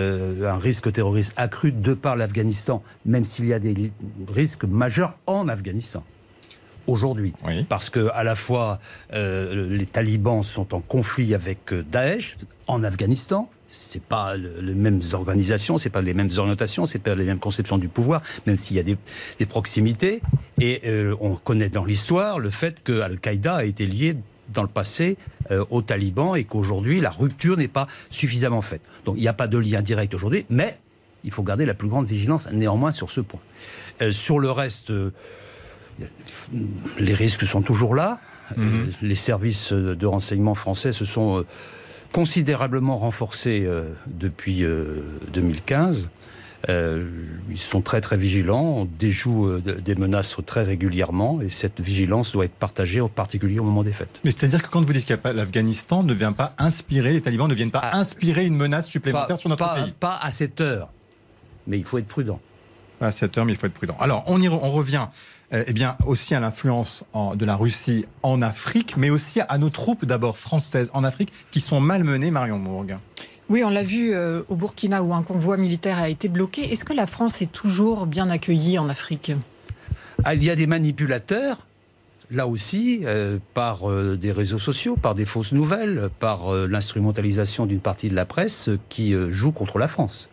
D: un risque terroriste accru de par l'Afghanistan, même s'il y a des risques majeurs en Afghanistan. Aujourd'hui, parce que à la fois les talibans sont en conflit avec Daesh en Afghanistan. C'est pas les mêmes organisations, c'est pas les mêmes orientations, c'est pas les mêmes conceptions du pouvoir, même s'il y a des proximités. Et on connaît dans l'histoire le fait que Al-Qaïda a été lié dans le passé aux talibans et qu'aujourd'hui la rupture n'est pas suffisamment faite. Donc il n'y a pas de lien direct aujourd'hui, mais il faut garder la plus grande vigilance néanmoins sur ce point. Sur le reste, Les risques sont toujours là. Les services de renseignement français se sont considérablement renforcés depuis 2015. Ils sont très très vigilants, on déjoue des menaces très régulièrement et cette vigilance doit être partagée, en particulier au moment des fêtes.
C: Mais c'est-à-dire que quand vous dites que l'Afghanistan ne vient pas inspirer, les talibans ne viennent pas inspirer une menace supplémentaire sur notre pays.
D: Pas à cette heure, mais il faut être prudent.
C: Pas à cette heure, mais il faut être prudent. Alors on revient aussi à l'influence de la Russie en Afrique, mais aussi à nos troupes d'abord françaises en Afrique qui sont malmenées, Marion Mourgue.
E: Oui, on l'a vu au Burkina où un convoi militaire a été bloqué. Est-ce que la France est toujours bien accueillie en Afrique ?
D: Il y a des manipulateurs, là aussi, par des réseaux sociaux, par des fausses nouvelles, par l'instrumentalisation d'une partie de la presse qui joue contre la France.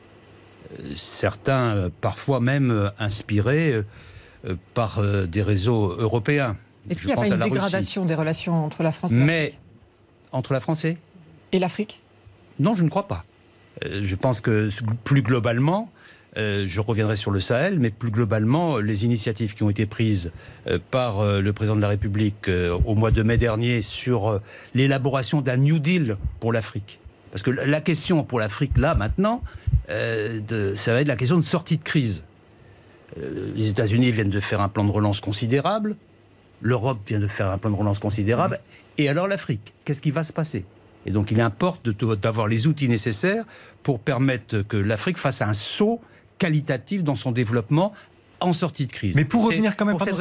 D: Certains, parfois même inspirés par des réseaux européens.
E: Est-ce qu'il n'y a pas une dégradation des relations entre la France et l'Afrique ?
D: Mais entre la France
E: et l'Afrique ?
D: Non, je ne crois pas. Je pense que plus globalement, je reviendrai sur le Sahel, mais plus globalement, les initiatives qui ont été prises par le président de la République au mois de mai dernier sur l'élaboration d'un New Deal pour l'Afrique. Parce que la question pour l'Afrique, là, maintenant, ça va être la question de sortie de crise. Les États-Unis viennent de faire un plan de relance considérable, l'Europe vient de faire un plan de relance considérable, et alors l'Afrique, qu'est-ce qui va se passer ? Et donc il importe d'avoir les outils nécessaires pour permettre que l'Afrique fasse un saut qualitatif dans son développement en sortie de crise.
C: Mais pour revenir quand même
D: sur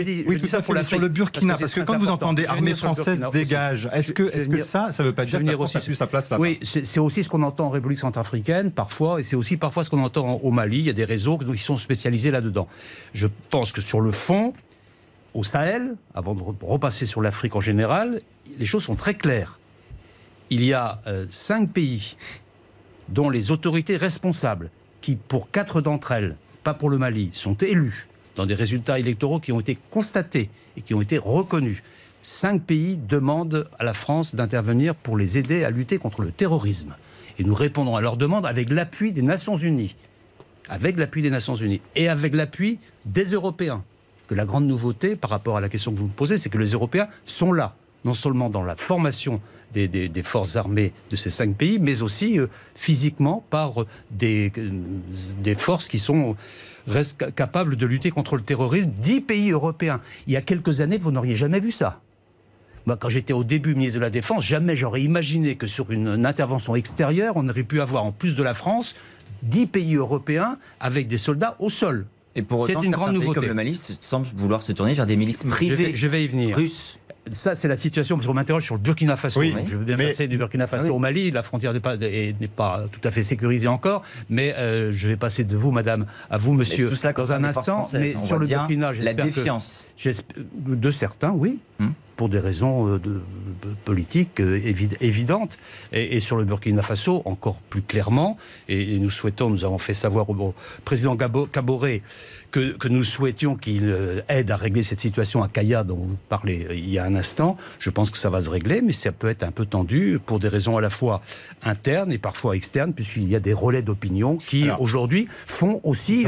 C: le Burkina, parce que quand vous entendez armée française dégage, est-ce que ça ne veut pas dire que la France a plus sa place là-bas ?
D: Oui, c'est aussi ce qu'on entend en République centrafricaine parfois, et c'est aussi parfois ce qu'on entend au Mali. Il y a des réseaux qui sont spécialisés là-dedans. Je pense que sur le fond, au Sahel, avant de repasser sur l'Afrique en général, les choses sont très claires. Il y a 5 pays dont les autorités responsables, qui pour 4 d'entre elles, pas pour le Mali, sont élus dans des résultats électoraux qui ont été constatés et qui ont été reconnus. 5 pays demandent à la France d'intervenir pour les aider à lutter contre le terrorisme. Et nous répondrons à leur demande avec l'appui des Nations Unies. Avec l'appui des Nations Unies et avec l'appui des Européens. Que la grande nouveauté par rapport à la question que vous me posez, c'est que les Européens sont là, non seulement dans la formation des forces armées de ces 5 pays, mais aussi physiquement par des forces qui restent capables de lutter contre le terrorisme. 10 pays européens. Il y a quelques années, vous n'auriez jamais vu ça. Moi, quand j'étais au début ministre de la Défense, jamais j'aurais imaginé que sur une intervention extérieure, on aurait pu avoir, en plus de la France, 10 pays européens avec des soldats au sol.
F: Et pour autant,
D: c'est une grande nouveauté.
F: Comme le Mali semble vouloir se tourner vers des milices privées
D: je vais y venir.
F: Russes.
D: Ça, c'est la situation, parce qu'on m'interroge sur le Burkina Faso.
C: Oui,
D: je veux bien passer du Burkina Faso au Mali. La frontière n'est pas tout à fait sécurisée encore. Mais je vais passer de vous, madame, à vous, monsieur,
F: tout cela
D: dans un instant. Mais sur le Burkina,
F: la défiance.
D: De certains, oui. Pour des raisons politiques évidentes. Et sur le Burkina Faso, encore plus clairement, et nous avons fait savoir au président Kaboré que nous souhaitions qu'il aide à régler cette situation à Kaya dont vous parlez il y a un instant. Je pense que ça va se régler, mais ça peut être un peu tendu pour des raisons à la fois internes et parfois externes, puisqu'il y a des relais d'opinion qui, aujourd'hui, font aussi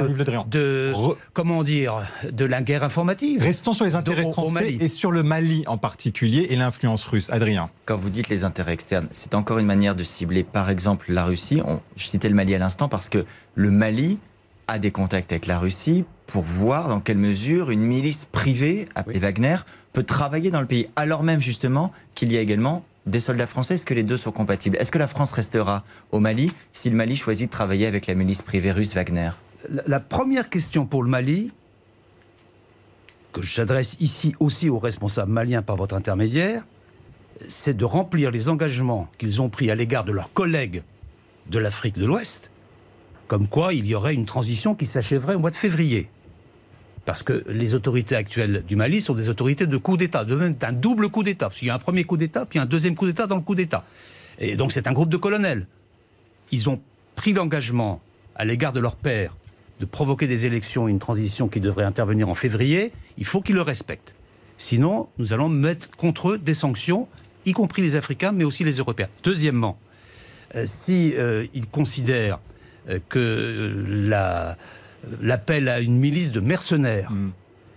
D: de la guerre informative.
C: Restons sur les intérêts français et sur le Mali en particulier et l'influence russe. Adrien.
F: Quand vous dites les intérêts externes, c'est encore une manière de cibler, par exemple, la Russie. Je citais le Mali à l'instant parce que le Mali a des contacts avec la Russie pour voir dans quelle mesure une milice privée, appelée Wagner, peut travailler dans le pays, alors même justement qu'il y a également des soldats français. Est-ce que les deux sont compatibles ? Est-ce que la France restera au Mali si le Mali choisit de travailler avec la milice privée russe Wagner ?
D: La première question pour le Mali, que j'adresse ici aussi aux responsables maliens par votre intermédiaire, c'est de remplir les engagements qu'ils ont pris à l'égard de leurs collègues de l'Afrique de l'Ouest, comme quoi il y aurait une transition qui s'achèverait au mois de février. Parce que les autorités actuelles du Mali sont des autorités de coup d'État, de même d'un double coup d'État. Parce qu'il y a un premier coup d'État, puis un deuxième coup d'État dans le coup d'État. Et donc c'est un groupe de colonels. Ils ont pris l'engagement à l'égard de leur père de provoquer des élections, une transition qui devrait intervenir en février. Il faut qu'ils le respectent. Sinon, nous allons mettre contre eux des sanctions, y compris les Africains, mais aussi les Européens. Deuxièmement, si ils considèrent que l'appel à une milice de mercenaires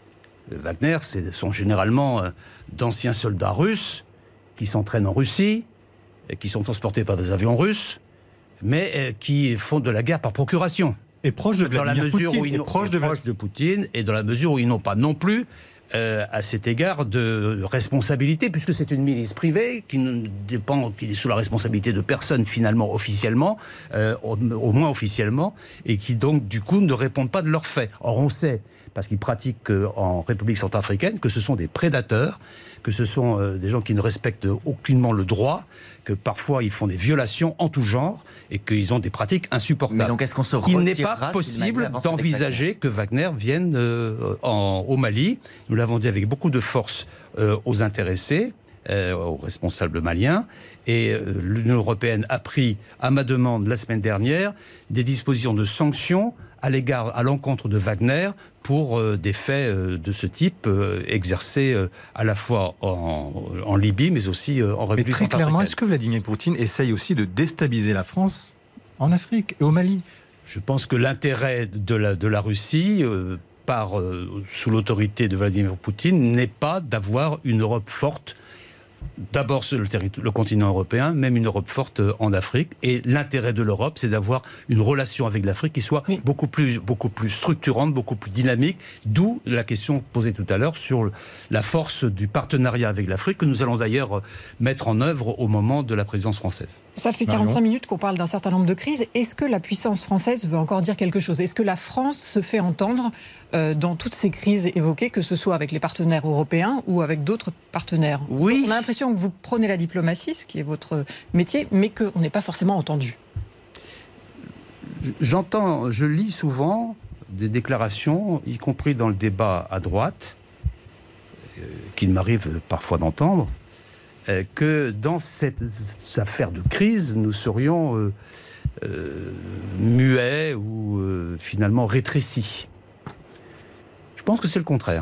D: Wagner, ce sont généralement d'anciens soldats russes qui s'entraînent en Russie, qui sont transportés par des avions russes, mais qui font de la guerre par procuration.
C: Et proche de Vladimir Poutine.
D: Proche de Poutine, et dans la mesure où ils n'ont pas non plus, à cet égard, de responsabilité, puisque c'est une milice privée qui est sous la responsabilité de personne, finalement, officiellement, au moins officiellement, et qui donc, du coup, ne répondent pas de leurs faits. Or, on sait, parce qu'ils pratiquent en République centrafricaine, que ce sont des prédateurs, que ce sont des gens qui ne respectent aucunement le droit, que parfois ils font des violations en tout genre et qu'ils ont des pratiques insupportables.
F: Mais donc est-ce qu'on se
D: Il n'est pas possible d'envisager que Wagner vienne au Mali. Nous l'avons dit avec beaucoup de force aux intéressés, aux responsables maliens. Et l'Union européenne a pris, à ma demande la semaine dernière, des dispositions de sanctions à l'encontre de Wagner pour des faits de ce type exercés à la fois en Libye mais aussi en République centrafricaine.
C: Mais très clairement, est-ce que Vladimir Poutine essaye aussi de déstabiliser la France en Afrique et au Mali?
D: Je pense que l'intérêt de la Russie, sous l'autorité de Vladimir Poutine, n'est pas d'avoir une Europe forte. D'abord sur le continent européen, même une Europe forte en Afrique. Et l'intérêt de l'Europe, c'est d'avoir une relation avec l'Afrique qui soit beaucoup plus structurante, beaucoup plus dynamique. D'où la question posée tout à l'heure sur la force du partenariat avec l'Afrique, que nous allons d'ailleurs mettre en œuvre au moment de la présidence française.
E: Ça fait 45 minutes qu'on parle d'un certain nombre de crises. Est-ce que la puissance française veut encore dire quelque chose? Est-ce que la France se fait entendre dans toutes ces crises évoquées, que ce soit avec les partenaires européens ou avec d'autres partenaires?
D: Oui.
E: On a l'impression que vous prenez la diplomatie, ce qui est votre métier, mais qu'on n'est pas forcément entendu.
D: Je lis souvent des déclarations, y compris dans le débat à droite, qu'il m'arrive parfois d'entendre, que dans cette affaire de crise, nous serions muets ou finalement rétrécis. Je pense que c'est le contraire.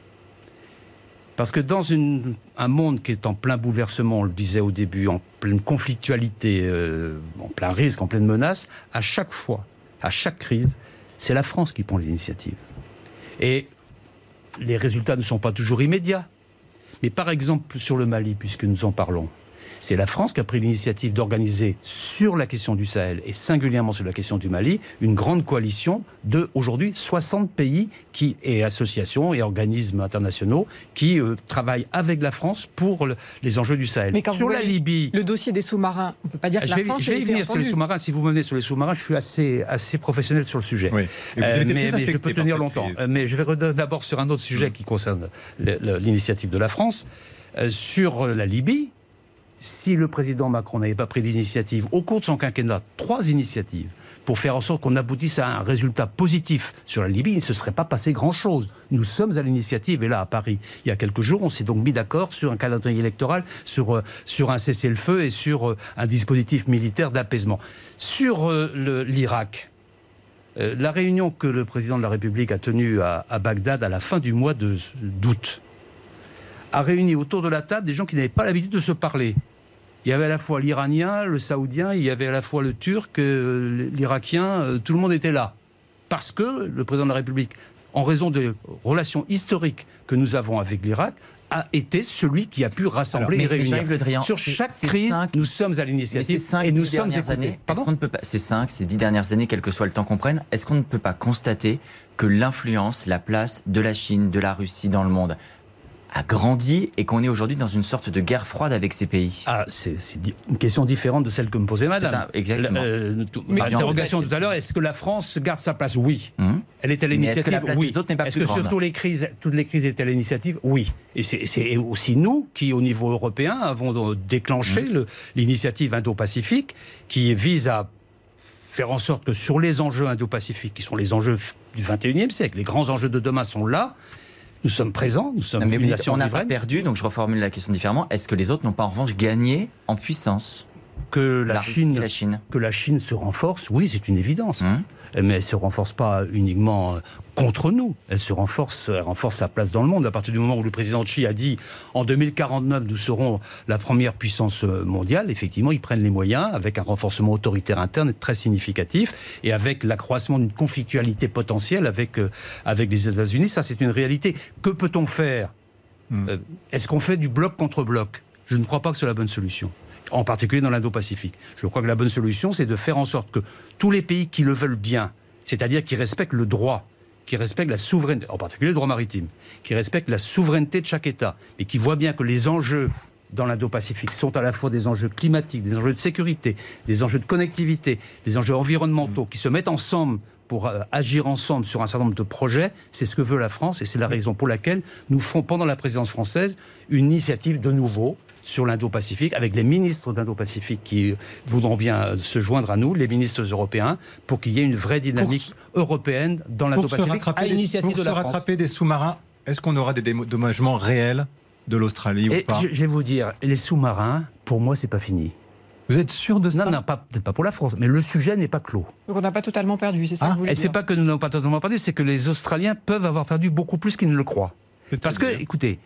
D: Parce que dans un monde qui est en plein bouleversement, on le disait au début, en pleine conflictualité, en plein risque, en pleine menace, à chaque fois, à chaque crise, c'est la France qui prend l'initiative. Et les résultats ne sont pas toujours immédiats. Mais par exemple, sur le Mali, puisque nous en parlons, c'est la France qui a pris l'initiative d'organiser sur la question du Sahel et singulièrement sur la question du Mali une grande coalition de, aujourd'hui, 60 pays et associations et organismes internationaux qui travaillent avec la France pour les enjeux du Sahel.
E: Mais quand
D: sur la Libye,
E: le dossier des sous-marins, on ne peut pas dire que la France...
D: Je vais y venir sur les sous-marins. Si vous me menez sur les sous-marins, je suis assez professionnel sur le sujet.
C: Oui.
D: Mais je peux tenir longtemps. Mais je vais revenir d'abord sur un autre sujet qui concerne l'initiative de la France. Sur la Libye, si le président Macron n'avait pas pris d'initiative au cours de son quinquennat, 3 initiatives, pour faire en sorte qu'on aboutisse à un résultat positif sur la Libye, il ne se serait pas passé grand-chose. Nous sommes à l'initiative, et là, à Paris, il y a quelques jours, on s'est donc mis d'accord sur un calendrier électoral, sur un cessez-le-feu et sur un dispositif militaire d'apaisement. Sur l'Irak, la réunion que le président de la République a tenue à Bagdad à la fin du mois d'août a réuni autour de la table des gens qui n'avaient pas l'habitude de se parler. Il y avait à la fois l'Iranien, le Saoudien, il y avait à la fois le Turc, l'Irakien, tout le monde était là. Parce que le président de la République, en raison des relations historiques que nous avons avec l'Irak, a été celui qui a pu rassembler et réunir.
F: Jean-Yves Le Drian,
D: sur chaque crise, nous sommes à l'initiative et nous sommes écoutés.
F: Ces 10 dernières années, quel que soit le temps qu'on prenne, est-ce qu'on ne peut pas constater que l'influence, la place de la Chine, de la Russie dans le monde a grandi et qu'on est aujourd'hui dans une sorte de guerre froide avec ces pays?
D: C'est une question différente de celle que me posait madame.
F: Exactement.
D: L'interrogation tout à l'heure, est-ce que la France garde sa place? Oui. Elle est à l'initiative?
F: Est-ce que la place des autres n'est pas plus grande?
D: Est-ce que toutes les crises étaient à l'initiative? Oui. Et c'est aussi nous qui, au niveau européen, avons déclenché l'initiative Indo-Pacifique qui vise à faire en sorte que sur les enjeux Indo-Pacifiques, qui sont les enjeux du XXIe siècle, les grands enjeux de demain sont là. Nous sommes présents, nous sommes une nation
F: on n'a pas perdu, donc je reformule la question différemment. Est-ce que les autres n'ont pas en revanche gagné en puissance?
D: Que la Chine se renforce, oui, c'est une évidence. mais elle ne se renforce pas uniquement contre nous. Elle renforce sa place dans le monde. À partir du moment où le président Xi a dit en 2049, nous serons la première puissance mondiale, effectivement, ils prennent les moyens avec un renforcement autoritaire interne très significatif et avec l'accroissement d'une conflictualité potentielle avec les États-Unis. Ça, c'est une réalité. Que peut-on faire ? Est-ce qu'on fait du bloc contre bloc ? Je ne crois pas que c'est la bonne solution, en particulier dans l'Indo-Pacifique. Je crois que la bonne solution, c'est de faire en sorte que tous les pays qui le veulent bien, c'est-à-dire qui respectent le droit, qui respectent la souveraineté, en particulier le droit maritime, qui respectent la souveraineté de chaque État, et qui voient bien que les enjeux dans l'Indo-Pacifique sont à la fois des enjeux climatiques, des enjeux de sécurité, des enjeux de connectivité, des enjeux environnementaux, qui se mettent ensemble pour agir ensemble sur un certain nombre de projets. C'est ce que veut la France, et c'est la raison pour laquelle nous ferons, pendant la présidence française, une initiative de nouveau sur l'Indo-Pacifique, avec les ministres d'Indo-Pacifique qui voudront bien se joindre à nous, les ministres européens, pour qu'il y ait une vraie dynamique européenne dans l'Indo-Pacifique, à l'initiative de la France.
C: Pour se rattraper des sous-marins, est-ce qu'on aura des dédommagements réels de l'Australie ou pas ?
D: Je vais vous dire, les sous-marins, pour moi, c'est pas fini.
C: Vous êtes sûr de ça ?
D: Non, peut-être pas pour la France, mais le sujet n'est pas clos.
E: Donc on n'a pas totalement perdu, c'est ça que vous voulez dire ?
D: Et c'est pas que nous n'avons pas totalement perdu, c'est que les Australiens peuvent avoir perdu beaucoup plus qu'ils ne le croient. Parce que, écoutez,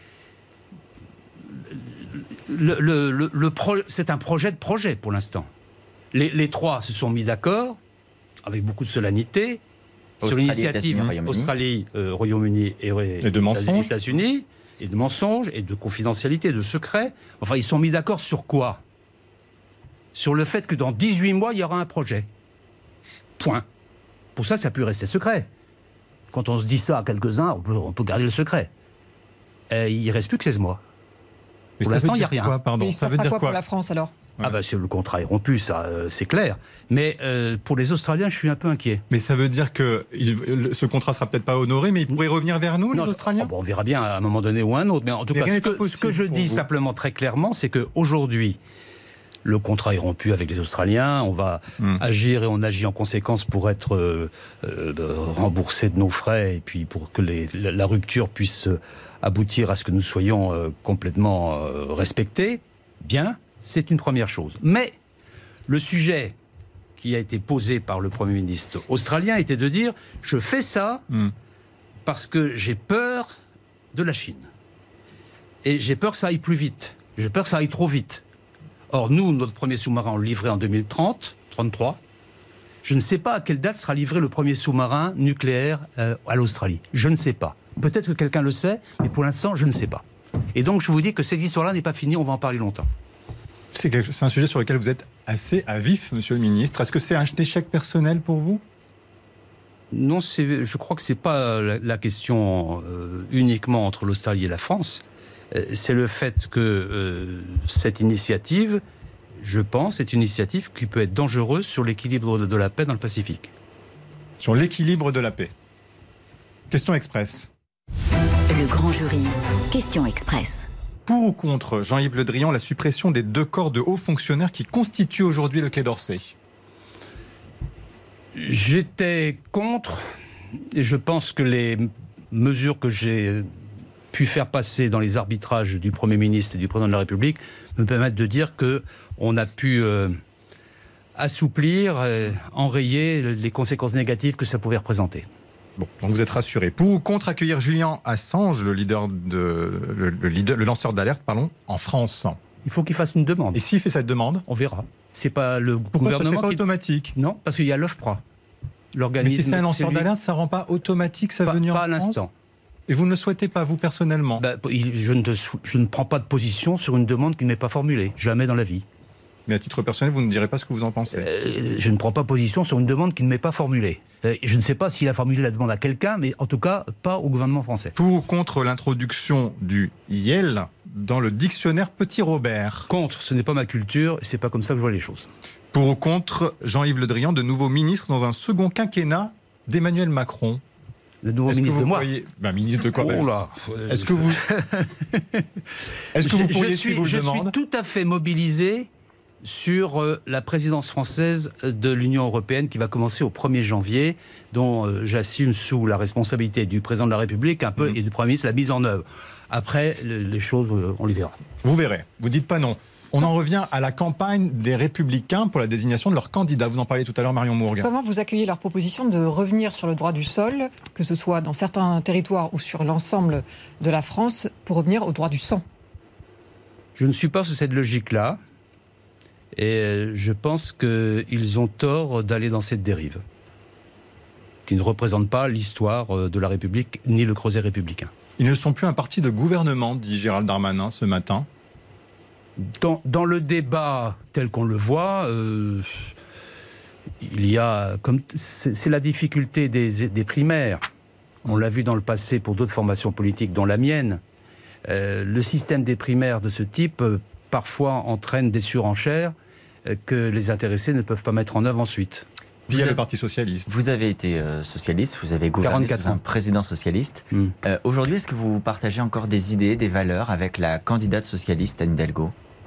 D: c'est un projet de projet pour l'instant. Les trois se sont mis d'accord, avec beaucoup de solennité, sur l'initiative Australie, Royaume-Uni et
C: de
D: États-Unis, et de mensonges, et de confidentialité, de secrets. Enfin, ils sont mis d'accord sur quoi ? Sur le fait que dans 18 mois, il y aura un projet. Point. Pour ça, ça a pu rester secret. Quand on se dit ça à quelques-uns, on peut garder le secret. Il ne reste plus que 16 mois.
C: Mais
D: pour l'instant, il n'y a rien.
E: Et ça veut dire quoi pour la France, alors ?
D: C'est le contrat est rompu, ça, c'est clair. Mais pour les Australiens, je suis un peu inquiet.
C: Mais ça veut dire que ce contrat sera peut-être pas honoré, mais il pourrait revenir vers nous, les Australiens ?
D: On verra bien à un moment donné ou à un autre. Mais en tout cas, ce que je dis simplement très clairement, c'est qu'aujourd'hui, le contrat est rompu avec les Australiens. On va agir et on agit en conséquence pour être remboursé de nos frais et puis pour que la rupture puisse aboutir à ce que nous soyons complètement respectés. Bien, c'est une première chose. Mais le sujet qui a été posé par le Premier ministre australien était de dire « je fais ça parce que j'ai peur de la Chine. Et j'ai peur que ça aille plus vite. J'ai peur que ça aille trop vite. » Or, nous, notre premier sous-marin, on le livrait en 2033. Je ne sais pas à quelle date sera livré le premier sous-marin nucléaire à l'Australie. Je ne sais pas. Peut-être que quelqu'un le sait, mais pour l'instant, je ne sais pas. Et donc, je vous dis que cette histoire-là n'est pas finie, on va en parler longtemps.
C: C'est un sujet sur lequel vous êtes assez à vif, monsieur le ministre. Est-ce que c'est un échec personnel pour vous ?
D: Non, je crois que ce n'est pas la question uniquement entre l'Australie et la France. C'est le fait que cette initiative, je pense, est une initiative qui peut être dangereuse sur l'équilibre de la paix dans le Pacifique.
C: Sur l'équilibre de la paix. Question express.
B: Le grand jury. Question express.
C: Pour ou contre, Jean-Yves Le Drian, la suppression des 2 corps de hauts fonctionnaires qui constituent aujourd'hui le Quai d'Orsay ?
D: J'étais contre, et je pense que les mesures que j'ai pu faire passer dans les arbitrages du Premier ministre et du Président de la République me permettent de dire qu'on a pu assouplir, enrayer les conséquences négatives que ça pouvait représenter.
C: Bon, donc vous êtes rassuré. Pour ou contre accueillir Julian Assange, le lanceur d'alerte, en France ?
D: Il faut qu'il fasse une demande.
C: Et s'il fait cette demande ?
D: On verra. C'est pas le
C: Pourquoi
D: gouvernement
C: ça serait pas automatique ?
D: Non, parce qu'il y a l'OFPRA.
C: Mais si c'est un lanceur d'alerte, ça rend pas automatique sa venue en France ?
D: Pas à l'instant.
C: Et vous ne le souhaitez pas, vous, personnellement ?
D: Je ne prends pas de position sur une demande qui n'est pas formulée. Jamais dans la vie.
C: Mais à titre personnel, vous ne direz pas ce que vous en pensez ?
D: Je ne prends pas position sur une demande qui ne m'est pas formulée. Je ne sais pas s'il a formulé la demande à quelqu'un, mais en tout cas, pas au gouvernement français.
C: Pour ou contre l'introduction du YEL dans le dictionnaire Petit Robert ?
D: Contre, ce n'est pas ma culture, et c'est pas comme ça que je vois les choses.
C: Pour ou contre Jean-Yves Le Drian, de nouveau ministre dans un second quinquennat d'Emmanuel Macron ?
D: Le nouveau ministre de moi.
C: Ministre de quoi ?
D: Oh là.
C: Est-ce que vous pourriez, si vous le demande ?
D: Je suis tout à fait mobilisé sur la présidence française de l'Union européenne qui va commencer au 1er janvier, dont j'assume sous la responsabilité du président de la République un peu et du Premier ministre la mise en œuvre. Après, les choses, on les verra.
C: Vous verrez. Vous dites pas non. On en revient à la campagne des Républicains pour la désignation de leur candidat. Vous en parliez tout à l'heure, Marion Mourgue.
E: Comment vous accueillez leur proposition de revenir sur le droit du sol, que ce soit dans certains territoires ou sur l'ensemble de la France, pour revenir au droit du sang?
D: Je ne suis pas sous cette logique-là. Et je pense qu'ils ont tort d'aller dans cette dérive, qui ne représente pas l'histoire de la République ni le creuset républicain.
C: Ils ne sont plus un parti de gouvernement, dit Gérald Darmanin ce matin.
D: Dans le débat tel qu'on le voit, il y a, c'est la difficulté des primaires. On l'a vu dans le passé pour d'autres formations politiques, dont la mienne. Le système des primaires de ce type parfois entraîne des surenchères que les intéressés ne peuvent pas mettre en œuvre ensuite.
C: Puis il y a le Parti socialiste.
F: Vous avez été socialiste, vous avez gouverné sous un président socialiste. Aujourd'hui, est-ce que vous partagez encore des idées, des valeurs avec la candidate socialiste Anne Hidalgo?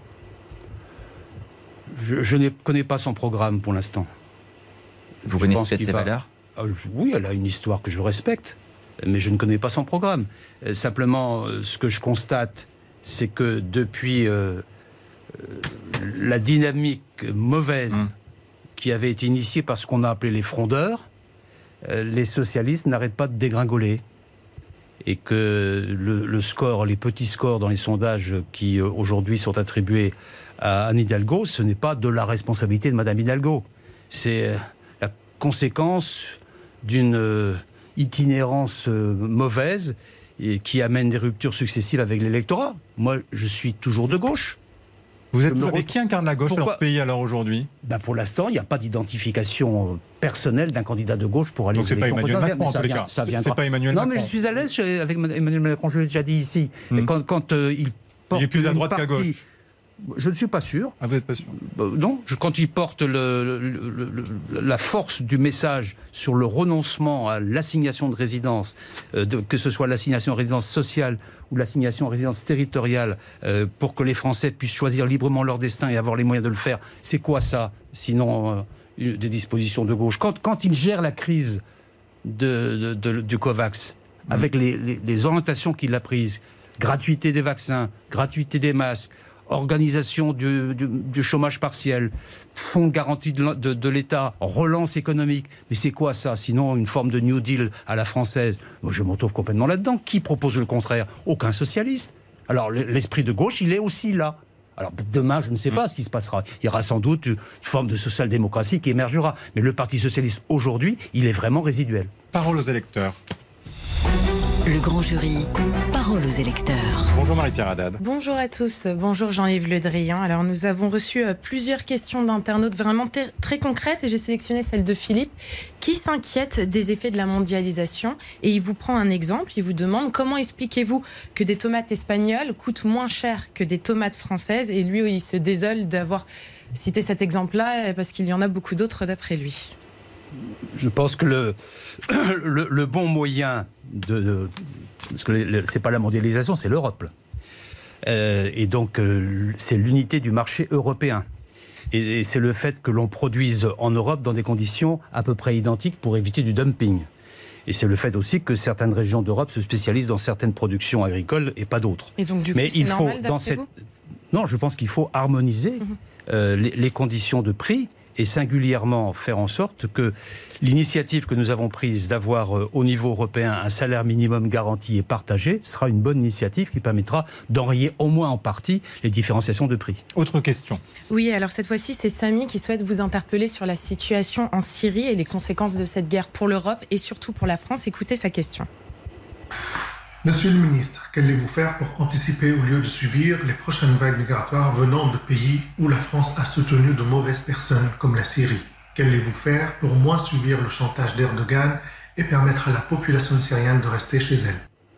D: Je ne connais pas son programme pour l'instant.
F: Vous connaissez peut-être ses valeurs?
D: Oui, elle a une histoire que je respecte, mais je ne connais pas son programme. Simplement, ce que je constate, c'est que depuis la dynamique mauvaise qui avait été initiée par ce qu'on a appelé les frondeurs, les socialistes n'arrêtent pas de dégringoler. Et que le score, les petits scores dans les sondages qui aujourd'hui sont attribués à Anne Hidalgo, ce n'est pas de la responsabilité de Madame Hidalgo. C'est la conséquence d'une itinérance mauvaise et qui amène des ruptures successives avec l'électorat. Moi, je suis toujours de gauche.
C: Vous êtes avec qui incarne la gauche dans ce pays alors aujourd'hui?
D: Pour l'instant, il n'y a pas d'identification personnelle d'un candidat de gauche pour aller aux élections.
C: Donc c'est pas Emmanuel Macron en tous les cas. C'est pas Emmanuel Macron.
D: Non, mais je suis à l'aise avec Emmanuel Macron, je l'ai déjà dit ici. Quand il porte
C: il est plus à droite qu'à gauche.
D: Je ne suis pas sûr.
C: Ah, vous n'êtes pas sûr?
D: Non, quand il porte la force du message sur le renoncement à l'assignation de résidence, que ce soit l'assignation de résidence sociale ou l'assignation de résidence territoriale, pour que les Français puissent choisir librement leur destin et avoir les moyens de le faire, c'est quoi ça? Sinon, des dispositions de gauche. Quand il gère la crise du COVAX, avec les orientations qu'il a prises, gratuité des vaccins, gratuité des masques, organisation du chômage partiel, fonds de garantie de l'État, relance économique. Mais c'est quoi ça? Sinon, une forme de New Deal à la française. Je m'en trouve complètement là-dedans. Qui propose le contraire? Aucun socialiste. Alors, l'esprit de gauche, il est aussi là. Alors, demain, je ne sais pas ce qui se passera. Il y aura sans doute une forme de social-démocratie qui émergera. Mais le Parti socialiste, aujourd'hui, il est vraiment résiduel.
C: Parole aux électeurs.
B: Le grand jury, parole aux électeurs.
C: Bonjour Marie-Pierre Haddad.
I: Bonjour à tous, bonjour Jean-Yves Le Drian. Alors nous avons reçu plusieurs questions d'internautes vraiment très concrètes et j'ai sélectionné celle de Philippe qui s'inquiète des effets de la mondialisation et il vous prend un exemple, il vous demande comment expliquez-vous que des tomates espagnoles coûtent moins cher que des tomates françaises et lui il se désole d'avoir cité cet exemple-là parce qu'il y en a beaucoup d'autres d'après lui.
D: Je pense que le bon moyen parce que c'est pas la mondialisation, c'est l'Europe. Et donc, c'est l'unité du marché européen. Et c'est le fait que l'on produise en Europe dans des conditions à peu près identiques pour éviter du dumping. Et c'est le fait aussi que certaines régions d'Europe se spécialisent dans certaines productions agricoles et pas d'autres.
I: Et donc, du coup, c'est normal d'après vous ?
D: Non, je pense qu'il faut harmoniser les conditions de prix et singulièrement faire en sorte que l'initiative que nous avons prise d'avoir au niveau européen un salaire minimum garanti et partagé sera une bonne initiative qui permettra d'enrayer au moins en partie les différenciations de prix.
C: Autre question.
I: Oui, alors cette fois-ci, c'est Samy qui souhaite vous interpeller sur la situation en Syrie et les conséquences de cette guerre pour l'Europe et surtout pour la France. Écoutez sa question.
J: Monsieur le ministre, qu'allez-vous faire pour anticiper au lieu de subir les prochaines vagues migratoires venant de pays où la France a soutenu de mauvaises personnes comme la Syrie? Qu'allez-vous faire pour moins subir le chantage d'Erdogan et permettre à la population syrienne de rester chez elle?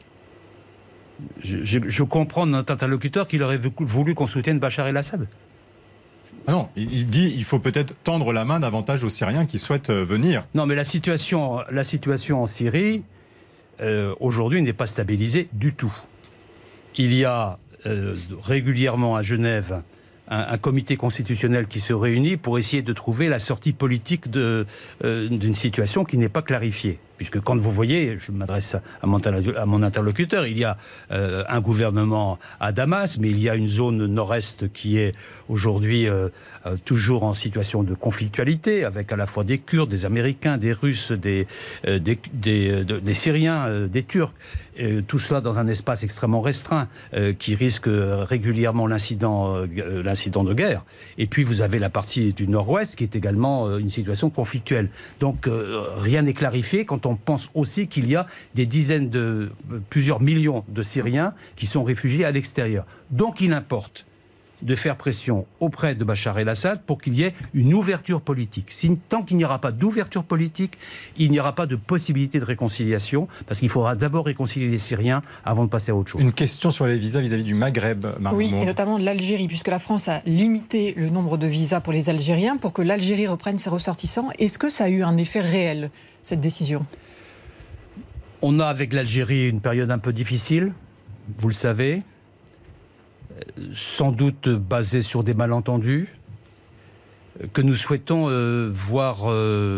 D: Je comprends notre interlocuteur qu'il aurait voulu qu'on soutienne Bachar el-Assad.
C: Ah non, il dit qu'il faut peut-être tendre la main davantage aux Syriens qui souhaitent venir.
D: Non, mais la situation en Syrie... aujourd'hui n'est pas stabilisé du tout. Il y a régulièrement à Genève un comité constitutionnel qui se réunit pour essayer de trouver la sortie politique d'une situation qui n'est pas clarifiée. Puisque quand vous voyez, je m'adresse à mon interlocuteur, il y a un gouvernement à Damas, mais il y a une zone nord-est qui est aujourd'hui toujours en situation de conflictualité, avec à la fois des Kurdes, des Américains, des Russes, des Syriens, des Turcs. Tout cela dans un espace extrêmement restreint qui risque régulièrement l'incident de guerre. Et puis vous avez la partie du nord-ouest qui est également une situation conflictuelle. Donc rien n'est clarifié quand on pense aussi qu'il y a plusieurs millions de Syriens qui sont réfugiés à l'extérieur. Donc il importe de faire pression auprès de Bachar el-Assad pour qu'il y ait une ouverture politique. Tant qu'il n'y aura pas d'ouverture politique, il n'y aura pas de possibilité de réconciliation, parce qu'il faudra d'abord réconcilier les Syriens avant de passer à autre chose.
C: Une question sur les visas vis-à-vis du Maghreb, Margot.
E: Oui, et notamment de l'Algérie, puisque la France a limité le nombre de visas pour les Algériens pour que l'Algérie reprenne ses ressortissants. Est-ce que ça a eu un effet réel, cette décision ?
D: On a avec l'Algérie une période un peu difficile, vous le savez, sans doute basée sur des malentendus, que nous souhaitons voir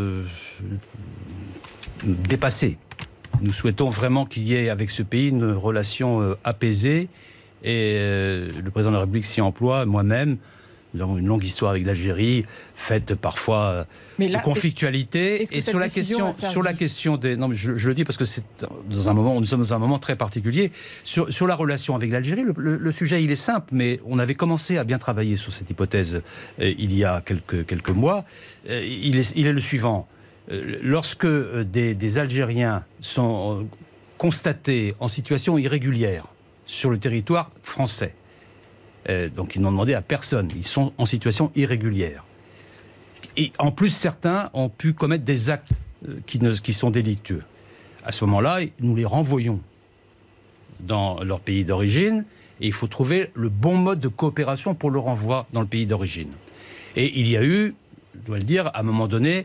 D: dépasser. Nous souhaitons vraiment qu'il y ait avec ce pays une relation apaisée, et le président de la République s'y emploie, moi-même. Nous avons une longue histoire avec l'Algérie, faite parfois de conflictualité. Et sur la question des... Non, mais je le dis parce que nous sommes dans un moment très particulier. Sur la relation avec l'Algérie, le sujet, il est simple, mais on avait commencé à bien travailler sur cette hypothèse il y a quelques mois. Il est le suivant. Lorsque des Algériens sont constatés en situation irrégulière sur le territoire français, donc ils n'ont demandé à personne, ils sont en situation irrégulière. Et en plus, certains ont pu commettre des actes qui sont délictueux. À ce moment-là, nous les renvoyons dans leur pays d'origine, et il faut trouver le bon mode de coopération pour le renvoi dans le pays d'origine. Et il y a eu, je dois le dire, à un moment donné,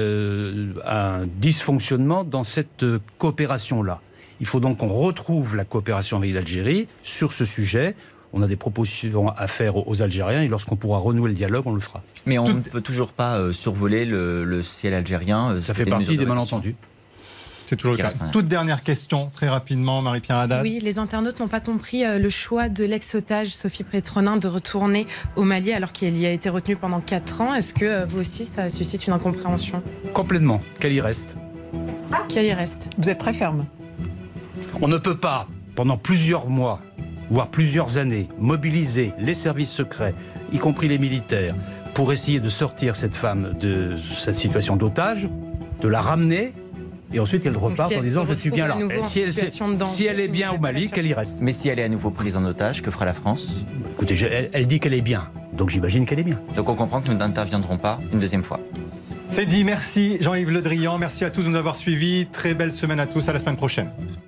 D: un dysfonctionnement dans cette coopération-là. Il faut donc qu'on retrouve la coopération avec l'Algérie sur ce sujet. On a des propositions à faire aux Algériens, et lorsqu'on pourra renouer le dialogue, on le fera.
F: Mais on ne peut toujours pas survoler le ciel algérien.
D: Ça fait partie des malentendus.
C: C'est toujours le cas. Toute dernière question, très rapidement, Marie-Pierre Haddad.
I: Oui, les internautes n'ont pas compris le choix de l'ex-otage Sophie Pétronin de retourner au Mali alors qu'elle y a été retenue pendant 4 ans. Est-ce que vous aussi, ça suscite une incompréhension ?
D: Complètement. Qu'elle y reste.
I: Qu'elle y reste.
E: Vous êtes très ferme.
D: On ne peut pas, pendant plusieurs mois, voire plusieurs années, mobiliser les services secrets, y compris les militaires, pour essayer de sortir cette femme de cette situation d'otage, de la ramener, et ensuite elle repart en disant je suis bien là. Si elle est bien au Mali, qu'elle y reste.
F: Mais si elle est à nouveau prise en otage, que fera la France ?
D: Écoutez, elle dit qu'elle est bien, donc j'imagine qu'elle est bien.
F: Donc on comprend que nous n'interviendrons pas une deuxième fois.
C: C'est dit, merci Jean-Yves Le Drian, merci à tous de nous avoir suivis, très belle semaine à tous, à la semaine prochaine.